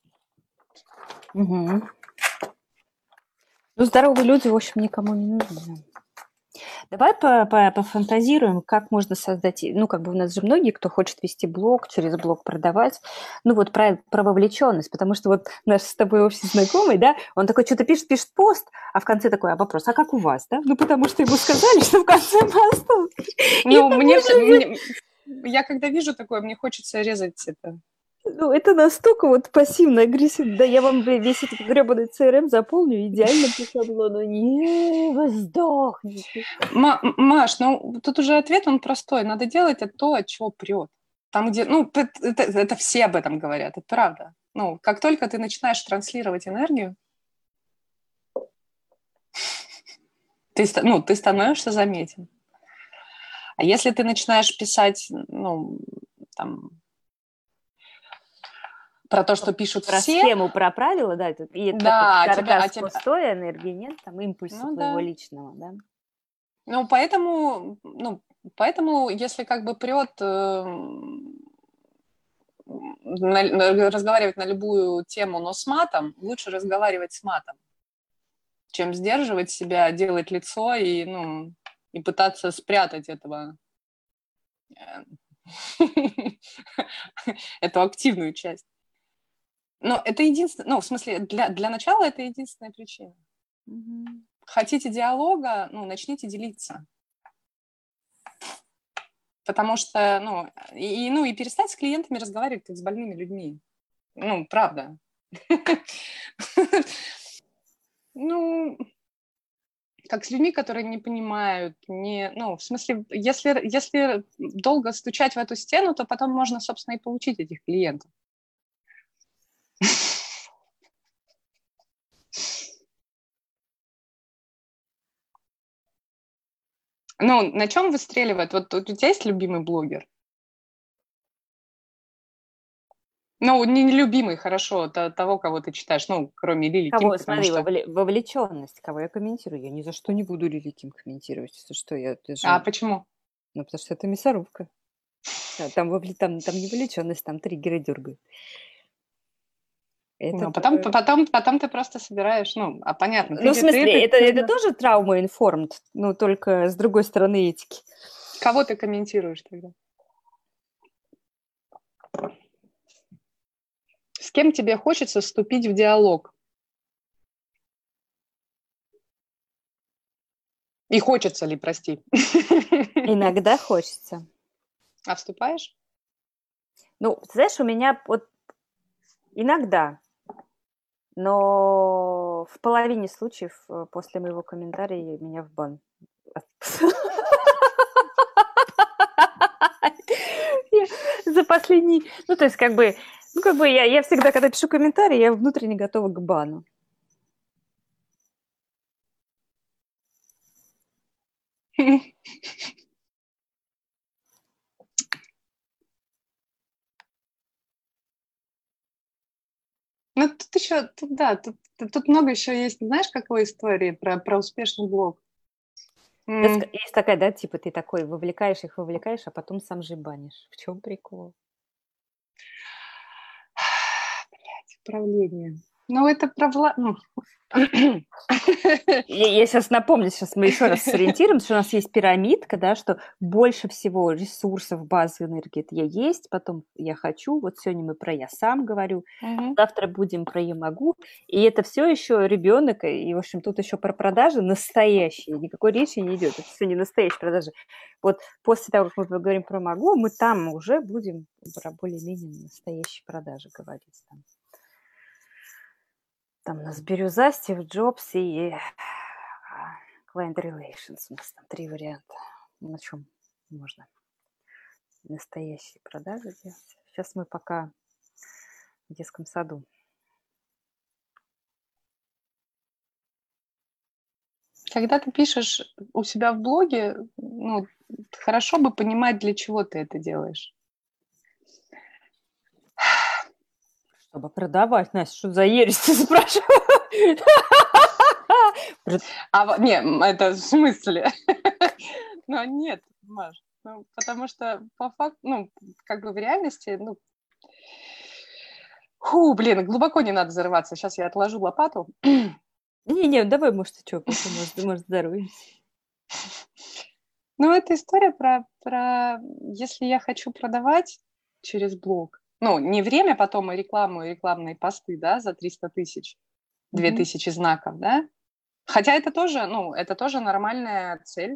Ну, здоровые люди, в общем, никому не нужны. Давай пофантазируем, как можно создать... Ну, как бы у нас же многие, кто хочет вести блог, через блог продавать. Ну, вот про вовлеченность, потому что вот наш с тобой общий знакомый, да, он такой что-то пишет пост, а в конце такой, вопрос, а как у вас, да? Ну, потому что ему сказали, что в конце поста... Я когда вижу такое, мне хочется резать это. Ну, это настолько вот пассивно-агрессивно. Да, я вам весь этот гребаный CRM заполню идеально по шаблону. Не, вы сдохнете. Маш, тут уже ответ, он простой. Надо делать то, от чего прет. Там, где, это все об этом говорят, это правда. Как только ты начинаешь транслировать энергию, ты становишься заметен. А если ты начинаешь писать, про то, что пишут про все. Схему, про правила, да, и каркас пустой, энергии нет, там импульса твоего личного, да. Поэтому, Поэтому, если как бы прет разговаривать на любую тему, но с матом, лучше разговаривать с матом, чем сдерживать себя, делать лицо и, ну, и пытаться спрятать этого, эту активную часть. Но это единственное, ну, в смысле, для начала это единственная причина. Хотите диалога, ну, начните делиться. Потому что, ну, и перестать с клиентами разговаривать как с больными людьми. Ну, правда. Ну, как с людьми, которые не понимают, ну, в смысле, если долго стучать в эту стену, то потом можно, собственно, и получить этих клиентов. Ну, на чем выстреливает? Вот у тебя есть любимый блогер? Ну, не любимый, хорошо, того, кого ты читаешь, ну, кроме Лили Ким, Кого, потому смотри, что... вовлеченность, кого я комментирую. Я ни за что не буду Лили Ким комментировать. Что это же... А почему? Ну, потому что это мясорубка. Там не вовлеченность, там триггеры дергают. Ну, потом ты просто собираешь, ну, а понятно. Ну, в смысле, это тоже травма-информд, но только с другой стороны этики. Кого ты комментируешь тогда? С кем тебе хочется вступить в диалог? И хочется ли, прости? Иногда хочется. А вступаешь? Ну, ты знаешь, у меня вот иногда, но в половине случаев после моего комментария меня в бан. За последний... Ну, то есть, как бы я всегда, когда пишу комментарий, я внутренне готова к бану. Ну, тут еще, тут много еще есть, знаешь, какой истории про успешный блог? Есть такая, да, типа ты такой вовлекаешь, а потом сам же банишь. В чем прикол? Блядь, управление. Ну, это про Я сейчас напомню, сейчас мы еще раз сориентируем, что у нас есть пирамидка, да, что больше всего ресурсов базы энергии это я есть, потом я хочу, вот сегодня мы про я сам говорю, завтра будем про я могу, и это все еще ребенок, и, в общем, тут еще про продажи настоящие, никакой речи не идет, это все не настоящие продажи. Вот после того, как мы поговорим про могу, мы там уже будем про более-менее настоящие продажи говорить там. Там у нас Бирюза, Стив Джобс и Client Relations. У нас там 3 варианта. На чем можно настоящие продажи делать. Сейчас мы пока в детском саду. Когда ты пишешь у себя в блоге, ну, хорошо бы понимать, для чего ты это делаешь. Чтобы продавать. Настя, что за ересь ты спрашиваешь? Не, это в смысле? Ну, нет, Маш. Ну, потому что по факту, ну, как бы в реальности, ну, глубоко не надо зарываться. Сейчас я отложу лопату. Не, давай, может, что, может, здороваемся. Ну, это история про если я хочу продавать через блог, ну, не время потом, а рекламу, и рекламные посты, да, за 300 тысяч, 2000 знаков, да. Хотя это тоже нормальная цель.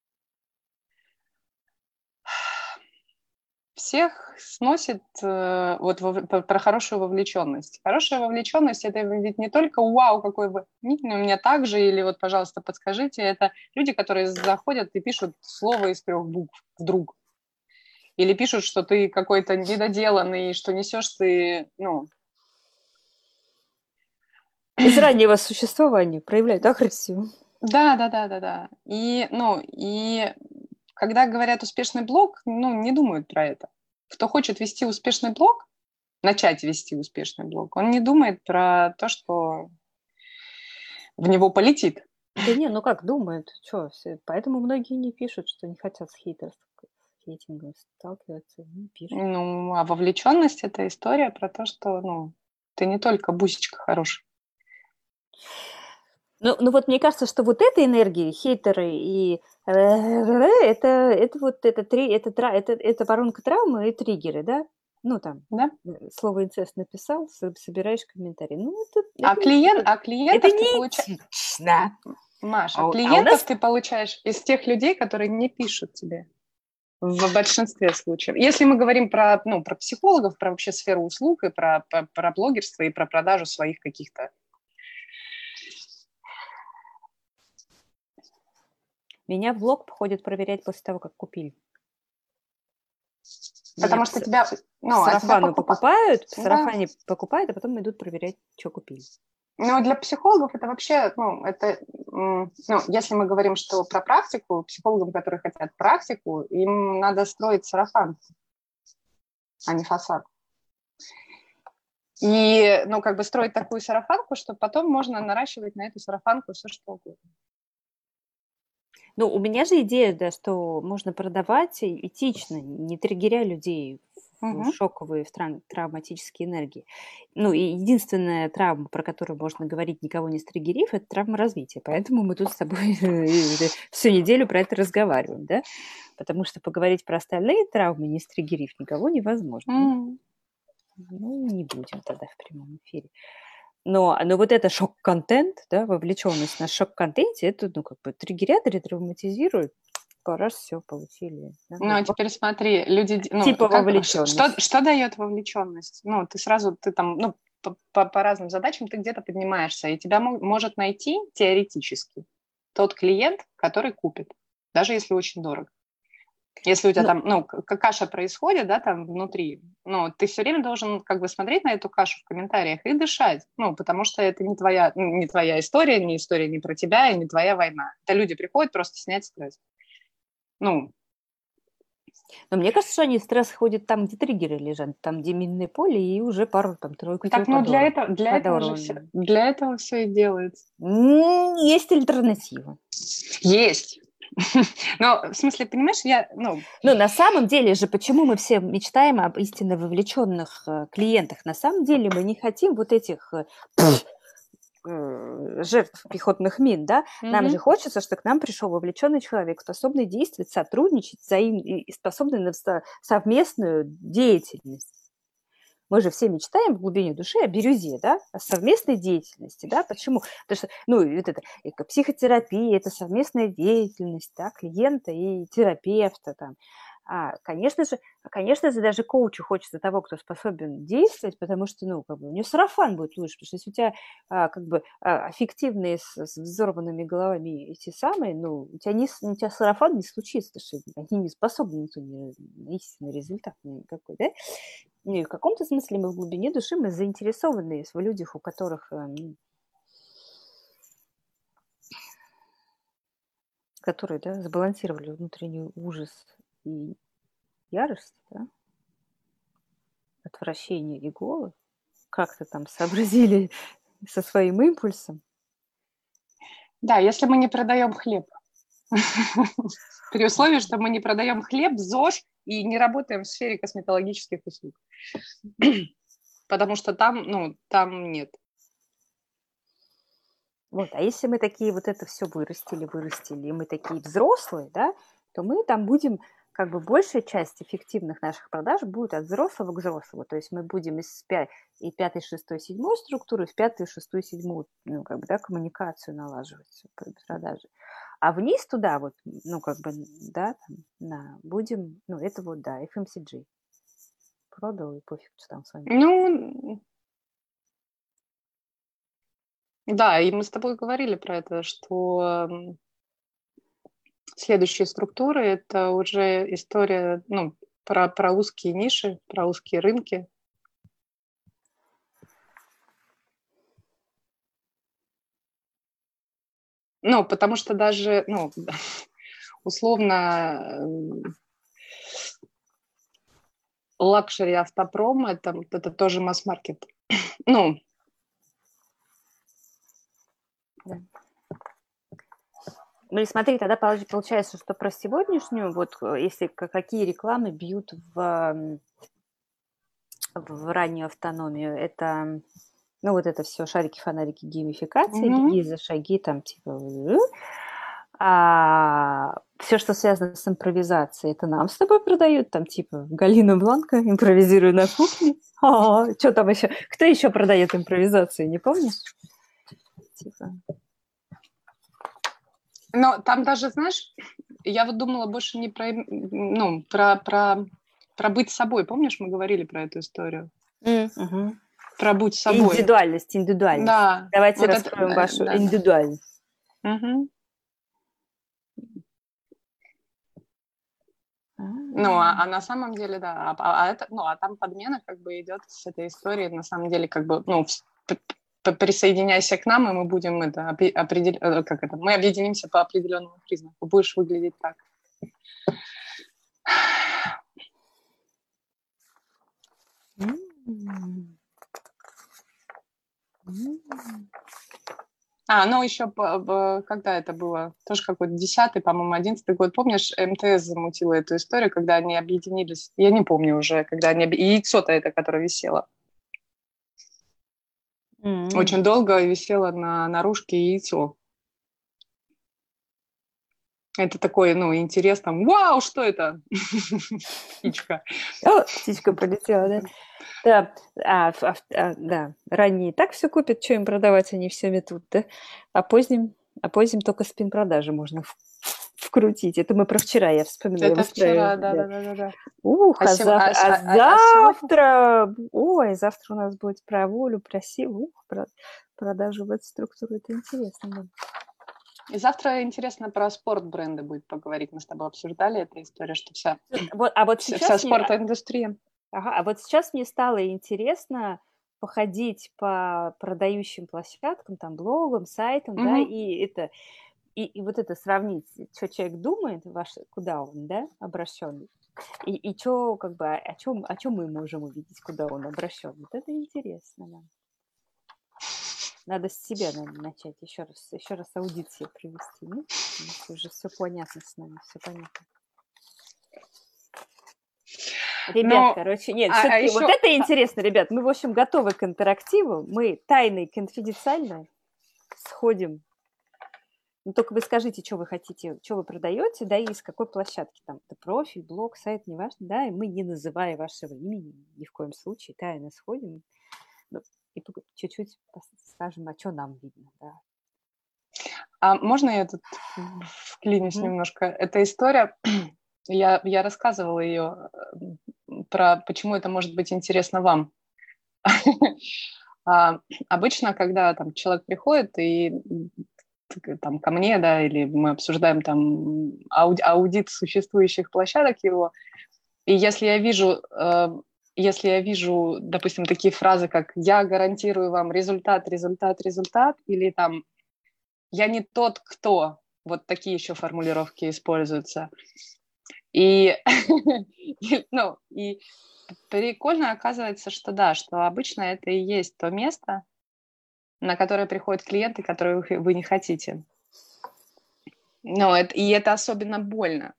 Всех сносит вот про хорошую вовлеченность. Хорошая вовлеченность – это ведь не только «Вау, какой вы умительный, у меня так же», или вот, пожалуйста, подскажите. Это люди, которые заходят и пишут слово из 3 букв вдруг. Или пишут, что ты какой-то недоделанный, что несешь ты, ну... Из раннего существования проявляют агрессию. Да. И когда говорят «успешный блог», ну, не думают про это. Кто хочет вести успешный блог, начать вести успешный блог, он не думает про то, что в него полетит. Да не, ну как думают, что, поэтому многие не пишут, что не хотят с хейтингом сталкиваться, не пишут. Ну, а вовлеченность – это история про то, что, ну, ты не только бусечка хорошая. Ну вот мне кажется, что вот эта энергия, хейтеры и это воронка травмы и триггеры, да? Ну там, Да? слово инцест написал, собираешь комментарий. Ну, клиентов это ты не получаешь... этично. Маша, у клиентов нас... ты получаешь из тех людей, которые не пишут тебе. В большинстве случаев. Если мы говорим про психологов, про вообще сферу услуг, и про блогерство, и про продажу своих каких-то... Меня в блог ходят проверять после того, как купили. Потому что тебя... сарафану покупают, в сарафане покупают, а потом идут проверять, что купили. Ну, для психологов это вообще, если мы говорим, что про практику, психологам, которые хотят практику, им надо строить сарафан, а не фасад. И, строить такую сарафанку, что потом можно наращивать на эту сарафанку все что угодно. Ну, у меня же идея, да, что можно продавать этично, не триггеря людей в шоковые, в травматические энергии. Ну, и единственная травма, про которую можно говорить, никого не стриггерив, это травма развития. Поэтому мы тут с тобой всю неделю про это разговариваем, да? Потому что поговорить про остальные травмы, не стриггерив никого, невозможно. Ну, не будем тогда в прямом эфире. Но вот это шок-контент, да, вовлеченность на шок-контенте, это, триггерят, ретравматизируют. Раз, все, получили. Да? Ну, а теперь смотри, люди... Типа вовлеченность. Что дает вовлеченность? Ты там, по разным задачам ты где-то поднимаешься, и тебя может найти теоретически тот клиент, который купит, даже если очень дорого. Если у тебя там, каша происходит, да, там внутри, ты все время должен смотреть на эту кашу в комментариях и дышать, потому что это не твоя история не про тебя и не твоя война. Это люди приходят просто снять стресс. Но мне кажется, что они стресс ходят там, где триггеры лежат, там, где минное поле, и уже тройку. Так, для этого все и делается. Есть альтернатива. Есть. Но, в смысле, понимаешь, на самом деле же, почему мы все мечтаем об истинно вовлеченных клиентах? На самом деле мы не хотим вот этих жертв пехотных мин, да? Нам же хочется, чтобы к нам пришел вовлеченный человек, способный действовать, сотрудничать, и способный на совместную деятельность. Мы же все мечтаем в глубине души о бирюзе, да, о совместной деятельности, да, почему? Потому что, это психотерапия, это совместная деятельность, да, клиента и терапевта, там. Конечно же, даже коучу хочется того, кто способен действовать, потому что, у него сарафан будет лучше, потому что если у тебя, аффективные с взорванными головами эти самые, у тебя сарафан не случится, потому что они не способны на истинный результат никакой, да? И в каком-то смысле мы в глубине души мы заинтересованы в людях, у которых, которые, да, сбалансировали внутренний ужас и ярость, да, отвращение и голод, как-то там сообразили со своим импульсом. Да, если мы не продаем хлеб. При условии, что мы не продаем хлеб, ЗОЖ и не работаем в сфере косметологических услуг. Потому что там нет. Вот, а если мы такие вот это все вырастили, и мы такие взрослые, да, то мы там будем, большая часть эффективных наших продаж будет от взрослого к взрослому. То есть мы будем из 5-й, 6-й, 7-й структуры в 5-ю, 6-ю, 7-ю, коммуникацию налаживать продажи. А вниз туда будем, это FMCG. Продал и пофиг, что там с вами. Да, и мы с тобой говорили про это, что следующие структуры – это уже история, про узкие ниши, про узкие рынки. Потому что даже, условно, лакшери автопром – это тоже масс-маркет. Да. Ну и смотри, тогда получается, что про сегодняшнюю, вот если какие рекламы бьют в раннюю автономию, это, ну вот это все шарики, фонарики, геймификация, беги за шаги, там типа... А все, что связано с импровизацией, это нам с тобой продают, там типа Галина Бланка, импровизирую на кухне. Что там еще? Кто еще продает импровизацию, не помнишь? Типа... Но там даже, знаешь, я вот думала больше не про, ну, про быть собой. Помнишь, мы говорили про эту историю? Про быть собой. Индивидуальность. Да. Давайте вот раскроем вашу индивидуальность. Угу. Ну, а на самом деле, да. А там подмена как бы идет с этой историей. На самом деле, как бы, ну, присоединяйся к нам, и мы будем это определять, как это, мы объединимся по определенному признаку. Будешь выглядеть так. Ну еще, когда это было? Тоже какой-то 10-й, по-моему, 11-й год. Помнишь, МТС замутила эту историю, когда они объединились? Я не помню уже, когда они... И яйцо-то это, которое висело. Очень долго висело на наружке яйцо. Это такой, ну, интерес, там, вау, что это? Птичка. Птичка полетела, да? Да, ранние так все купят, что им продавать, они все метут, да? А поздним только спин-продажи можно вкрутить. Это мы про вчера, я вспоминаю. Это вчера, да. Завтра... Ой, завтра у нас будет про волю, про силу, про продажу в эту структуру. Это интересно, да. И завтра интересно про спорт-бренды будет поговорить. Мы с тобой обсуждали эту историю, что вся спорт-индустрия. А вот сейчас мне стало интересно походить по продающим площадкам, там, блогам, сайтам, да, и вот это сравнить, что человек думает, куда он, да, обращен, и что, как бы, о чем мы можем увидеть, куда он обращен. Вот это интересно, да. Надо с себя, наверное, начать еще раз аудит себе провести. Ну, уже все понятно с нами, все понятно. Ребят, короче, нет, все-таки вот это интересно, ребят. Мы, в общем, готовы к интерактиву. Мы тайно и конфиденциально сходим. Ну, только вы скажите, что вы хотите, что вы продаете, да, и с какой площадки. Там, это профиль, блог, сайт, неважно, да, и мы, не называя вашего имени, ни в коем случае, тайно сходим. Ну, и чуть-чуть скажем, а что нам видно, да. А можно я тут вклинюсь немножко? Эта история, я рассказывала ее про почему это может быть интересно вам. Обычно, когда там человек приходит и там ко мне, да, или мы обсуждаем там аудит существующих площадок его, и если я вижу, допустим, такие фразы, как «я гарантирую вам результат», или там «я не тот, кто», вот такие еще формулировки используются. И прикольно оказывается, что да, что обычно это и есть то место, на которое приходят клиенты, которые вы не хотите. И это особенно больно.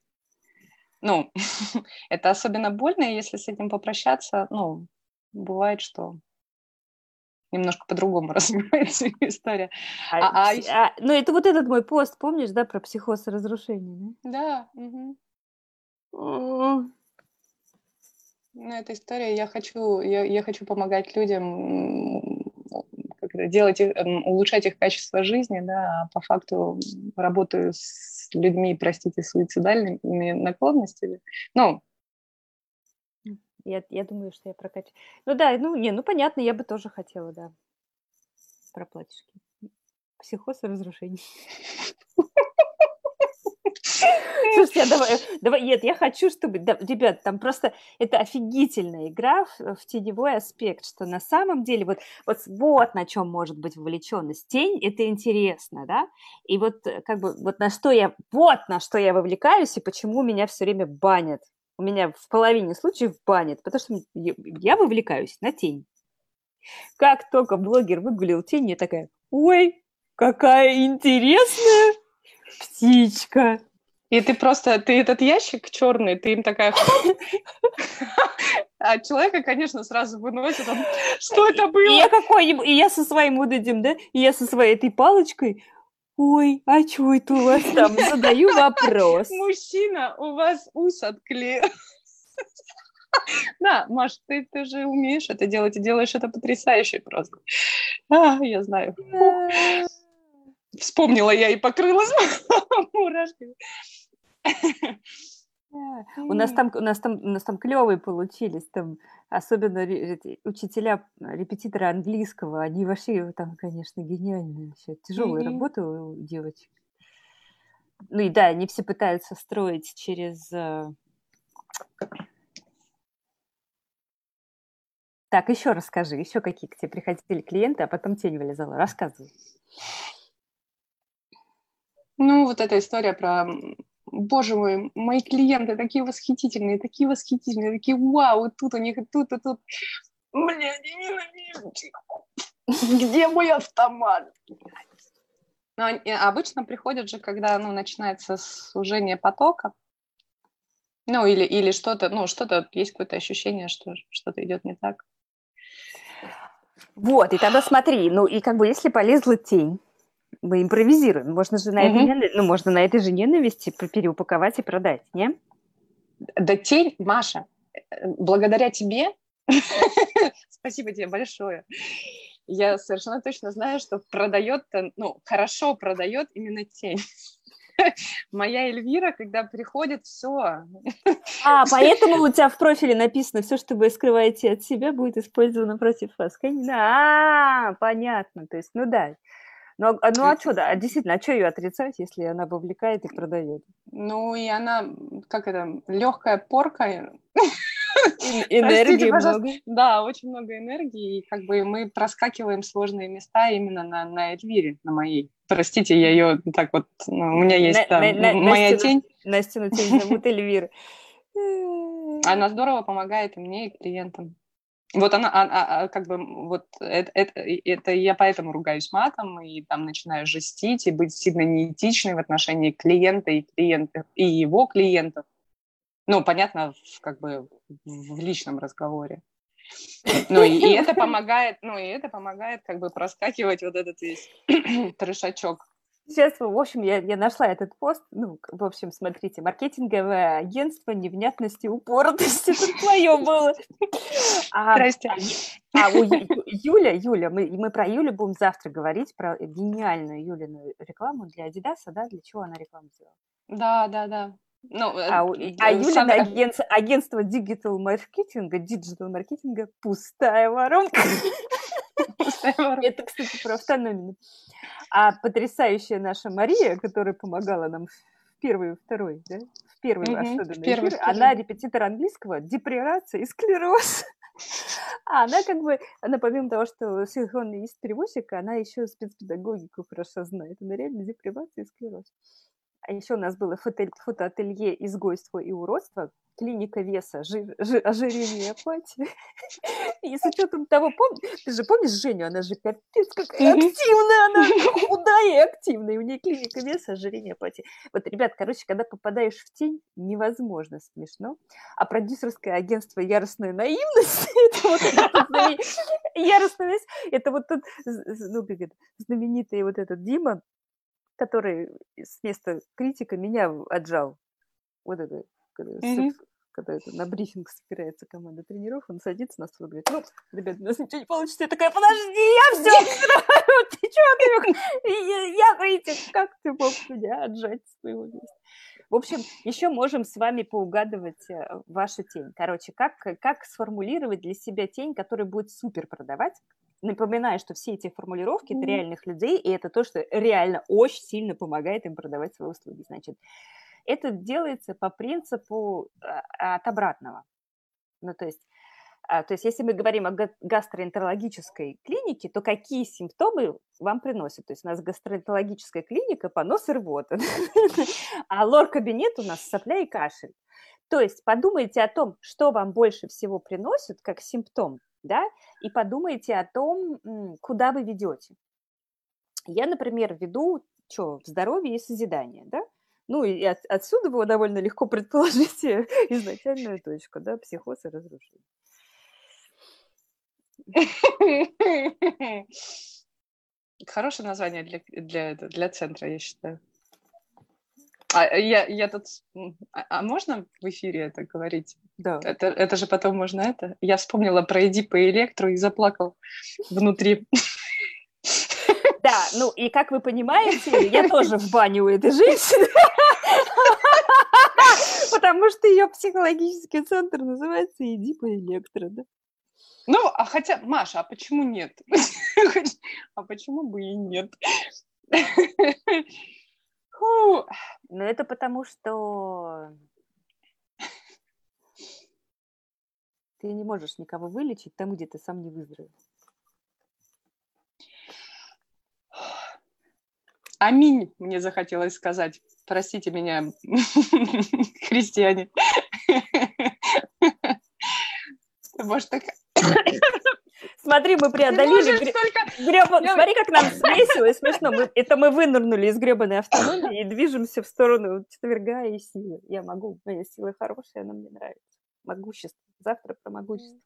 Это особенно больно, и если с этим попрощаться, бывает, что немножко по-другому развивается история. Ну, это вот этот мой пост, помнишь, да, про психоз и разрушение, да? Да. Эта история, я хочу помогать людям улучшать их качество жизни, да, а по факту работаю с людьми, простите, с суицидальными наклонностями. Я думаю, что я прокачу. Ну да, понятно, я бы тоже хотела, да, про платьишки. Психоз и разрушение. Слушайте, давай, нет, я хочу, чтобы, ребят, там просто это офигительная игра в теневой аспект, что на самом деле вот на чем может быть вовлеченность. Тень – это интересно, да, и вот как бы на что я вовлекаюсь и почему меня все время банят. У меня в половине случаев банят, потому что я вовлекаюсь на тень. Как только блогер выгулил тень, я такая, ой, какая интересная. Птичка. И ты этот ящик черный, ты им такая... А человека, конечно, сразу выносит. Что это было? И я со своим вот этим, да? И я со своей этой палочкой... Ой, а что это у вас там? Задаю вопрос. Мужчина, у вас ус отклеил. Да, Маш, ты же умеешь это делать и делаешь это потрясающе просто. Я знаю. Вспомнила я и покрылась мурашками. У нас там клевые получились, там особенно учителя, репетиторы английского, они вообще там, конечно, гениальные. Тяжелая работа у девочек. Ну и да, они все пытаются строить через... Так, еще расскажи, еще какие к тебе приходили клиенты, а потом тень вылезала. Рассказывай. Ну, вот эта история про... Боже мой, мои клиенты такие восхитительные, такие вау, и тут у них, и тут, и тут. Блин, я ненавижу. Где мой автомат? Но обычно приходят же, когда начинается сужение потока. Ну, или что-то, есть какое-то ощущение, что что-то идет не так. Вот, и тогда смотри, и если полезла тень, мы импровизируем. Можно же на этой же ненависти переупаковать и продать, не? Да тень, Маша, благодаря тебе, спасибо тебе большое, я совершенно точно знаю, что хорошо продает именно тень. Моя Эльвира, когда приходит, все. Поэтому у тебя в профиле написано: все, что вы скрываете от себя, будет использовано против вас. Понятно. То есть, да. Что, да, действительно, а что ее отрицать, если она вовлекает и продает? И она, легкая порка. Энергии много. Да, очень много энергии, и мы проскакиваем сложные места именно на Эльвире, на моей. Простите, я ее так вот, у меня есть моя тень. Настину тень зовут Эльвира. Она здорово помогает и мне, и клиентам. Вот она, это я поэтому ругаюсь матом и там начинаю жестить и быть сильно неэтичной в отношении клиента и его клиентов. Понятно, в личном разговоре. И это помогает, проскакивать вот этот весь трешачок. Сейчас, в общем, я нашла этот пост. В общем, смотрите, маркетинговое агентство невнятности, упоротости. Это твое было. Здрасте. У Юля, мы про Юлю будем завтра говорить, про гениальную Юлину рекламу для Адидаса, да? Для чего она рекламу сделала? Да. Юлина агентство диджитал маркетинга пустая воронка. Это, кстати, про автономию. А потрясающая наша Мария, которая помогала нам в первый и второй, да? В первый особенно эфир, она репетитор английского, депривация и склероз. Она помимо того, что синхронный переводчик, она еще спецпедагогику хорошо знает. Она реально депривация и склероз. А еще у нас было фотоателье «Изгойство и уродство», клиника веса, ожирение, апатия. И с учетом того, ты же помнишь Женю, она же капец какая активная, она худая и активная, и у нее клиника веса, ожирение, апатия. Вот, ребят, когда попадаешь в тень, невозможно смешно. А продюсерское агентство «Яростная наивность», это вот тот знаменитый вот этот Дима, который с места критика меня отжал. Вот это, когда на брифинг собирается команда тренеров, он садится на стол и говорит: ребят, у нас ничего не получится. Я такая: подожди, я все открываю. Ты что? Я критик. Как ты мог меня отжать с своего места? В общем, еще можем с вами поугадывать вашу тень. Короче, как сформулировать для себя тень, которая будет супер продавать. Напоминаю, что все эти формулировки – это реальных людей, и это то, что реально очень сильно помогает им продавать свои услуги. Значит, это делается по принципу от обратного. То есть, если мы говорим о гастроэнтерологической клинике, то какие симптомы вам приносят? То есть у нас гастроэнтерологическая клиника – понос и рвота, а лор-кабинет у нас сопля и кашель. То есть подумайте о том, что вам больше всего приносит как симптом, да, и подумайте о том, куда вы ведете. Я, например, веду что? В здоровье и созидании, да? Ну, и отсюда было довольно легко предположить изначальную точку, да, психоз и разрушение. Хорошее название для центра, я считаю. Я тут... А можно в эфире это говорить? Да. Это же потом можно это... Я вспомнила про «Иди по электру» и заплакал внутри. Да, ну и как вы понимаете, я тоже в бане у этой женщины, потому что ее психологический центр называется «Иди по электру», да? Ну, а хотя, Маша, а почему нет? А почему бы и нет? Ну, это потому что ты не можешь никого вылечить там, где ты сам не выздоровел. Аминь, мне захотелось сказать. Простите меня, христиане. Может, так... Смотри, мы преодолели... Смотри, как нам весело и смешно. Мы вынырнули из гребаной автономии и движемся в сторону четверга и силы. Я могу, моя сила хорошая, она мне нравится. Могущество. Завтра про могущество.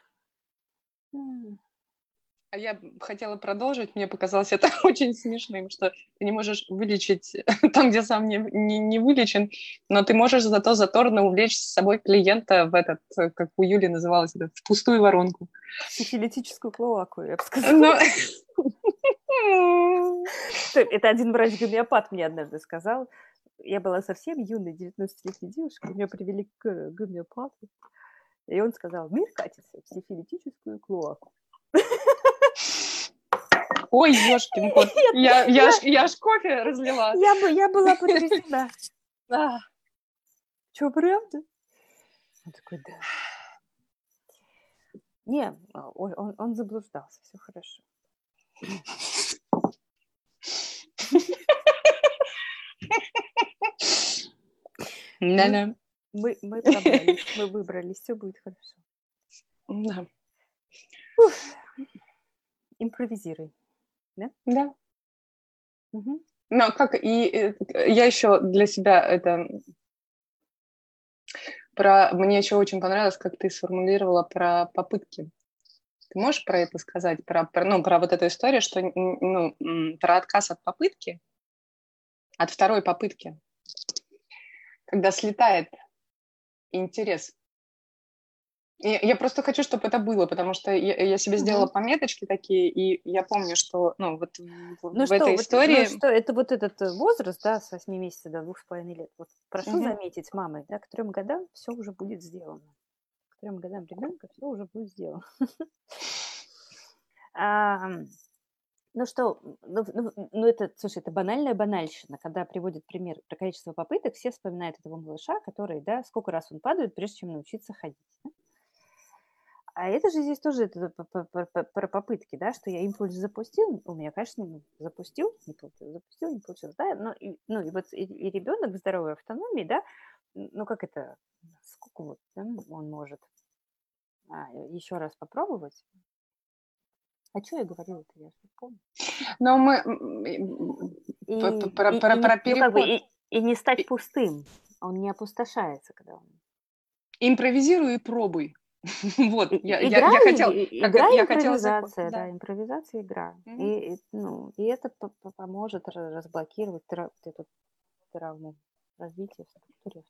А я хотела продолжить, мне показалось это очень смешным, что ты не можешь вылечить там, где сам не вылечен, но ты можешь зато заторно увлечь с собой клиента в этот, как у Юли называлось, в пустую воронку. Сифилитическую клоаку, я бы сказала. Это один врач-гомеопат мне однажды сказал. Я была совсем юной, 19-летней девушкой, меня привели к гомеопату, и он сказал: мир катится в сифилитическую клоаку. Ой, ёшкин кот, я аж кофе разлила. Я была потрясена. Чё, правда? Он такой: да. Не, он заблуждался, все хорошо. Да-да. Мы пробрались, мы выбрались, все будет хорошо. Да. Импровизируй. Да? Да. Угу. Но как и я еще для себя это мне еще очень понравилось, как ты сформулировала про попытки. Ты можешь про это сказать, про вот эту историю, что про отказ от попытки, от второй попытки, когда слетает интерес. И я просто хочу, чтобы это было, потому что я себе сделала пометочки такие, и я помню, что в этой истории... что это вот этот возраст, да, с 8 месяцев до 2,5 лет. Вот прошу заметить, мамы, да, к 3 годам все уже будет сделано. К 3 годам ребенка все уже будет сделано. Ну что, это, слушай, это банальная банальщина. Когда приводят пример про количество попыток, все вспоминают этого малыша, который, да, сколько раз он падает, прежде чем научиться ходить. Да? А это же здесь тоже про попытки, да, что я импульс запустил, у меня, конечно, запустил, не получилось, да, и вот и ребенок в здоровой автономии, да, ну как это, сколько вот, да, он может еще раз попробовать. А что я говорила-то, я же не помню. Но мы про переход. И не стать пустым, он не опустошается, когда он... Импровизируй и пробуй. Вот, импровизация, да, импровизация, игра. И это поможет разблокировать эту травму развития в структуре.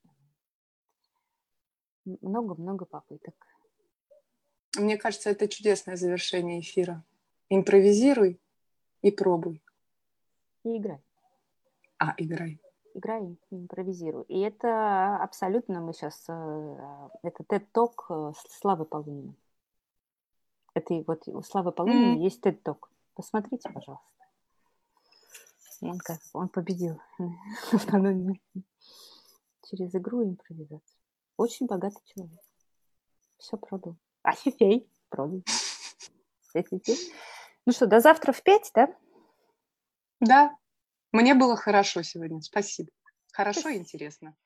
Много-много попыток. Мне кажется, это чудесное завершение эфира. Импровизируй и пробуй. И играй. Играй. Играй и импровизируй. И это абсолютно мы сейчас... Это TED-ток Славы Полунина. Это вот у Славы Полунина есть TED-ток. Посмотрите, пожалуйста. Он победил через игру и импровизацию. Очень богатый человек. Все продал. Офигей, продал. Ну что, до завтра в 5, да? Да. Мне было хорошо сегодня. Спасибо. Хорошо и интересно.